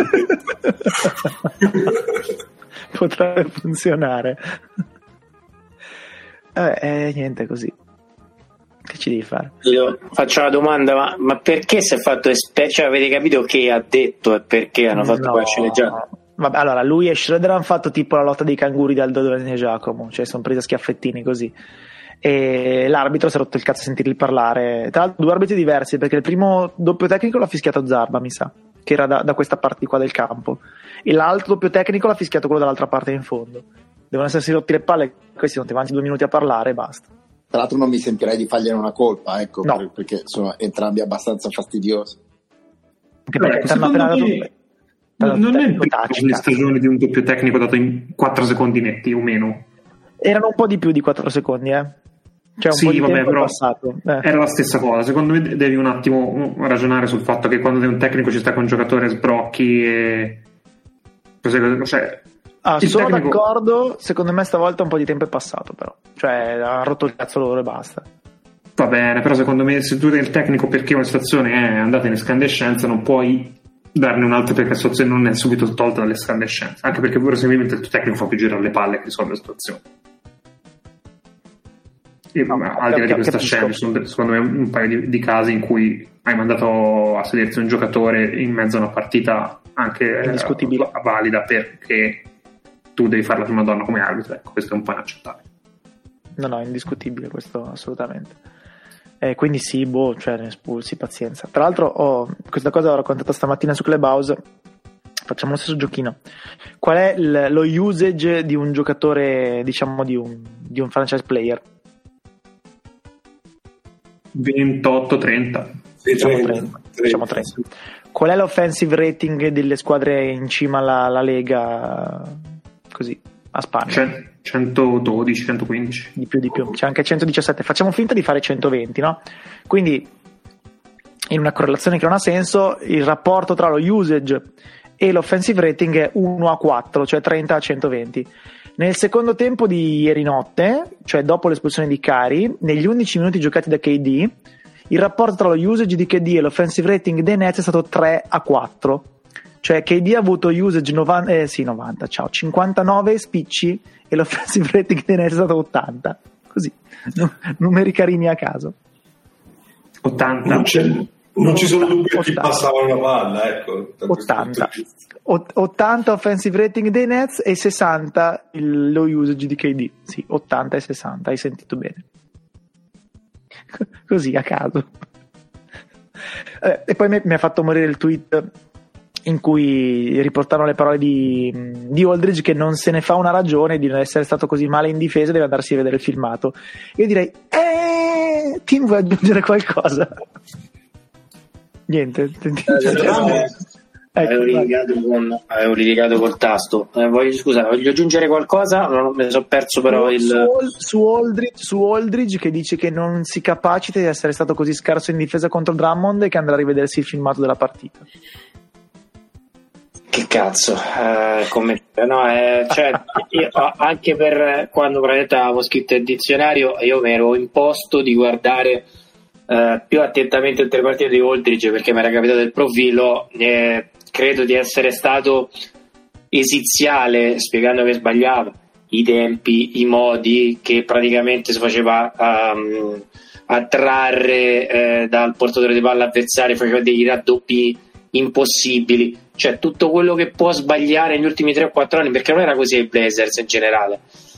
potrebbe funzionare. Niente, così che ci devi fare? Io faccio la domanda, ma perché si è fatto cioè avete capito che ha detto e perché hanno fatto quella sceneggiata? Vabbè, allora lui e Schroeder hanno fatto tipo la lotta dei canguri dal Dodone e Giacomo, cioè sono presi a schiaffettini così, e l'arbitro si è rotto il cazzo a sentirli parlare. Tra l'altro 2 arbitri diversi, perché il primo doppio tecnico l'ha fischiato Zarba, mi sa, che era da questa parte qua del campo, e l'altro doppio tecnico l'ha fischiato quello dall'altra parte in fondo. Devono essersi rotti le palle, questi non ti avanti 2 minuti a parlare e basta. Tra l'altro non mi sentirei di fargliene una colpa, ecco, no, perché sono entrambi abbastanza fastidiosi. Anche perché stanno appena dato non è una stagione di un doppio tecnico dato in 4 secondi netti o meno. Erano un po' di più di 4 secondi, Cioè un sì, po' di vabbè, tempo però passato. Era la stessa cosa. Secondo me devi un attimo ragionare sul fatto che quando un tecnico ci sta con un giocatore sbrocchi e cioè, sono d'accordo, secondo me stavolta un po' di tempo è passato, però cioè ha rotto il cazzo loro e basta. Va bene, però secondo me se tu sei il tecnico perché una situazione è andata in escandescenza non puoi darne un altro perché la situazione non è subito tolta dall'escandescenza, anche perché verosimilmente il tuo tecnico fa più girare le palle che risolve la situazione. Al di là di questa scena sono secondo me un paio di casi in cui hai mandato a sedersi un giocatore in mezzo a una partita anche valida perché tu devi fare la prima donna come arbitro. Ecco, questo è un po' inaccettabile. No, è indiscutibile questo, assolutamente. Quindi sì, cioè ne espulsi, pazienza. Tra l'altro questa cosa l'ho raccontata stamattina su Clubhouse. Facciamo lo stesso giochino. Qual è lo usage di un giocatore, diciamo di un franchise player? 28-30. Diciamo 30. Qual è l'offensive rating delle squadre in cima alla Lega, così, a Spagna? 112, 115. Di più. C'è anche 117. Facciamo finta di fare 120, no? Quindi, in una correlazione che non ha senso, il rapporto tra lo usage e l'offensive rating è 1-4, cioè 30 a 120. Nel secondo tempo di ieri notte, cioè dopo l'espulsione di Curry, negli 11 minuti giocati da KD, il rapporto tra lo usage di KD e l'offensive rating dei Nets è stato 3-4. Cioè KD ha avuto usage 59 spicci e l'offensive rating dei Nets è stato 80. Così, numeri carini a caso. 80. Non ci sono dubbi che passavano la palla, ecco. 80 offensive rating dei Nets e 60 il low usage di KD. Sì, 80 e 60, hai sentito bene. Così a caso. E poi mi ha fatto morire il tweet in cui riportano le parole di Aldridge, che non se ne fa una ragione di non essere stato così male in difesa e deve andarsi a vedere il filmato. Io direi Tim, vuoi aggiungere qualcosa? Niente. Avevo litigato col tasto. Voglio aggiungere qualcosa, non me ne sono perso però su Aldridge che dice che non si capacita di essere stato così scarso in difesa contro Drummond e che andrà a rivedersi il filmato della partita. Che cazzo, cioè, io, anche per quando praticamente avevo scritto il dizionario, io mi ero imposto di guardare più attentamente tutte le partite di Aldridge perché mi era capitato il profilo. Credo di essere stato esiziale spiegando che sbagliava i tempi, i modi che praticamente si faceva attrarre dal portatore di palla avversario, faceva dei raddoppi impossibili, cioè tutto quello che può sbagliare negli ultimi 3 o 4 anni, perché non era così ai Blazers in generale.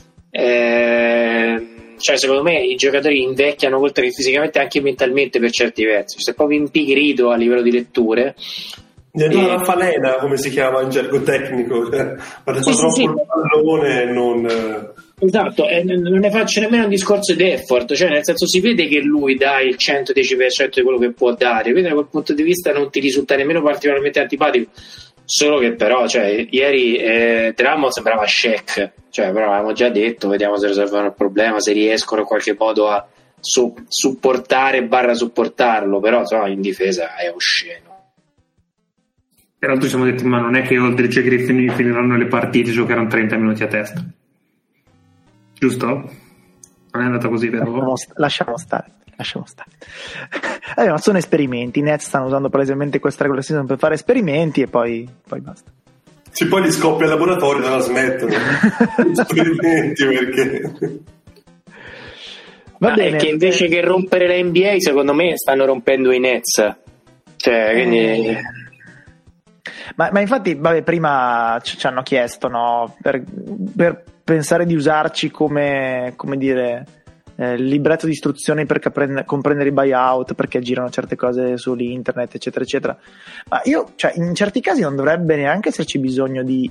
Cioè secondo me i giocatori invecchiano oltre che fisicamente anche mentalmente per certi versi, cioè proprio impigrito a livello di letture. La falena, come si chiama in gergo tecnico, guarda troppo il pallone, non Esatto, e non ne faccio nemmeno un discorso di effort, cioè nel senso si vede che lui dà il 110% di quello che può dare, quindi da quel punto di vista non ti risulta nemmeno particolarmente antipatico, solo che però cioè, ieri Drummond sembrava Shaq, cioè però avevamo già detto, vediamo se risolvono il problema, se riescono in qualche modo a supportarlo, però insomma, in difesa è osceno. Peraltro ci siamo detti, ma non è che Aldridge e Griffin finiranno le partite, giocheranno 30 minuti a testa, giusto? Non è andata così, vero? Lasciamo stare. Ma sono esperimenti. I Nets stanno usando palesemente questa regular season per fare esperimenti e poi basta. Sì, poi li scoppia il laboratorio e non la smettono. Esperimenti perché... Va bene. È che invece che rompere la NBA, secondo me stanno rompendo i Nets. Cioè, quindi... Ma infatti, vabbè, prima ci hanno chiesto, no, per pensare di usarci come dire, libretto di istruzioni per comprendere i buyout, perché girano certe cose su internet, eccetera, eccetera. Ma io, cioè, in certi casi non dovrebbe neanche esserci bisogno di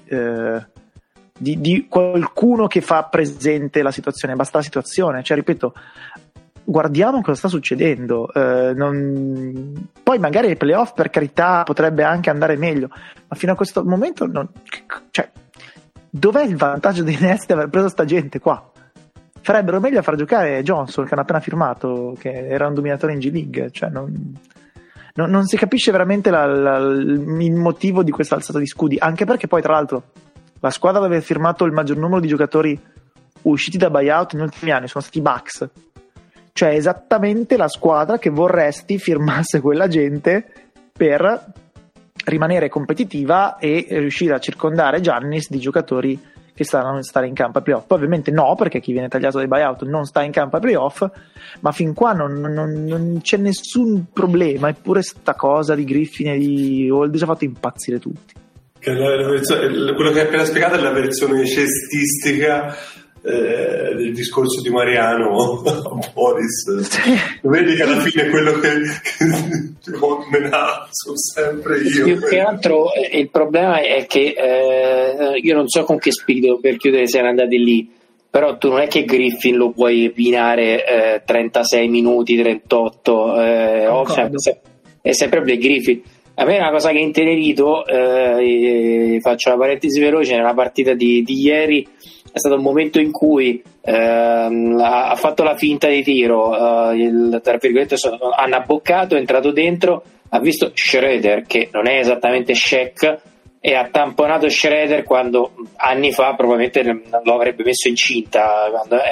qualcuno che fa presente la situazione, basta la situazione. Cioè, ripeto, guardiamo cosa sta succedendo. Poi magari ai playoff, per carità, potrebbe anche andare meglio, ma fino a questo momento cioè, dov'è il vantaggio dei Nets di aver preso sta gente qua? Farebbero meglio a far giocare Johnson, che hanno appena firmato, che era un dominatore in G League. Cioè, non si capisce veramente il motivo di questa alzata di scudi, anche perché poi, tra l'altro, la squadra dove ha firmato il maggior numero di giocatori usciti da buyout negli ultimi anni sono stati i Bucks. Cioè esattamente la squadra che vorresti firmasse quella gente per rimanere competitiva e riuscire a circondare Giannis di giocatori che stanno a stare in campo ai playoff. Poi ovviamente no, perché chi viene tagliato dai buyout non sta in campo ai playoff, ma fin qua non c'è nessun problema, eppure sta cosa di Griffin e di Aldridge ha fatto impazzire tutti. Quello che hai appena spiegato è la versione cestistica del discorso di Mariano a Boris. Sì. Vedi che alla fine quello che sono sempre io. Più che altro il problema è che io non so con che spirito per chiudere siano andati lì, però tu non è che Griffin lo puoi pinare 36 minuti 38 è sempre per Griffin. A me è una cosa che è intenerito, faccio una parentesi veloce, nella partita di ieri è stato un momento in cui ha fatto la finta di tiro, tra virgolette hanno abboccato, è entrato dentro, ha visto Schroeder, che non è esattamente Shaq, e ha tamponato Schroeder quando anni fa probabilmente lo avrebbe messo incinta,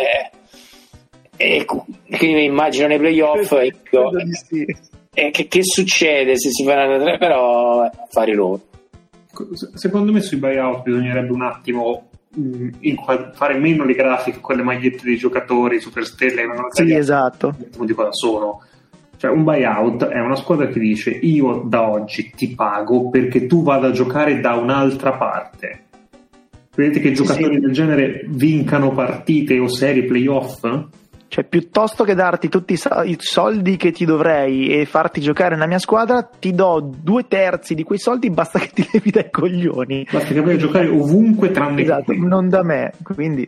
e quindi mi immagino nei playoff che succede se si fanno tre, però affari loro. Secondo me sui buyout bisognerebbe un attimo fare meno le grafiche con le magliette dei giocatori superstelle, sì, esatto, di cosa sono. Cioè, un buyout è una squadra che dice: io da oggi ti pago perché tu vada a giocare da un'altra parte. Vedete che giocatori del genere vincano partite o serie playoff? Cioè, piuttosto che darti tutti i soldi che ti dovrei e farti giocare nella mia squadra, ti do 2/3 di quei soldi, basta che ti levi dai coglioni. Basta che vai a giocare ovunque tranne esatto, non da me, quindi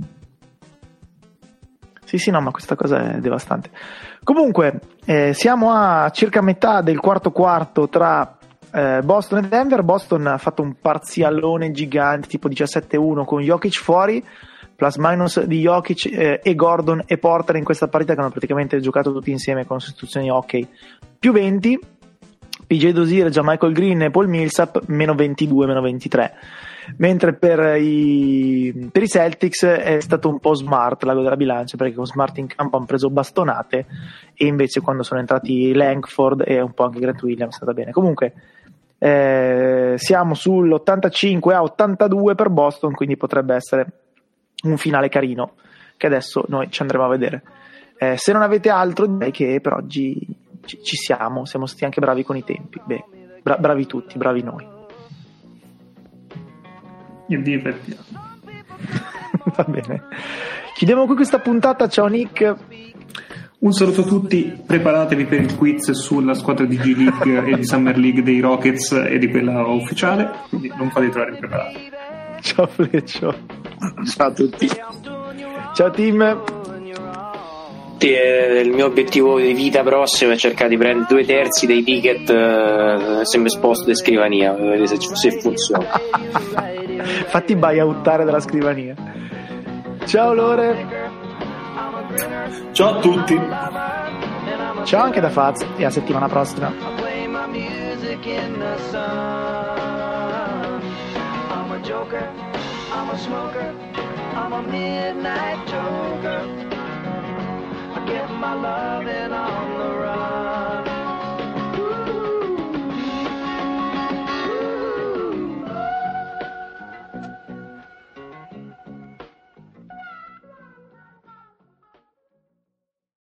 Sì, no, ma questa cosa è devastante. Comunque, siamo a circa metà del quarto quarto tra Boston e Denver. Boston ha fatto un parzialone gigante, tipo 17-1, con Jokic fuori, plus minus di Jokic e Gordon e Porter in questa partita, che hanno praticamente giocato tutti insieme con sostituzioni hockey, più 20, PJ Dozier, JaMychal Green e Paul Millsap meno 22, meno 23. Mentre per i Celtics è stato un po' smart l'ago della bilancia, perché con Smart in campo hanno preso bastonate, e invece quando sono entrati Langford e un po' anche Grant Williams è stata bene. Comunque siamo sull'85-82 per Boston, quindi potrebbe essere un finale carino, che adesso noi ci andremo a vedere. Se non avete altro, direi che per oggi ci siamo stati anche bravi con i tempi. Beh, bravi tutti, bravi noi. Divertiamo. Va bene, chiudiamo qui questa puntata. Ciao Nick, un saluto a tutti, preparatevi per il quiz sulla squadra di G League e di Summer League dei Rockets e di quella ufficiale, quindi non fate trovare impreparati. Ciao Fleccio. Ciao a tutti. Ciao team. Il mio obiettivo di vita prossimo è cercare di prendere 2/3 dei ticket sempre esposto di scrivania, per vedere se funziona. Fatti buyouttare dalla scrivania. Ciao Lore. Ciao a tutti. Ciao anche da Faz e a settimana prossima. I'm a midnight joker. I get my love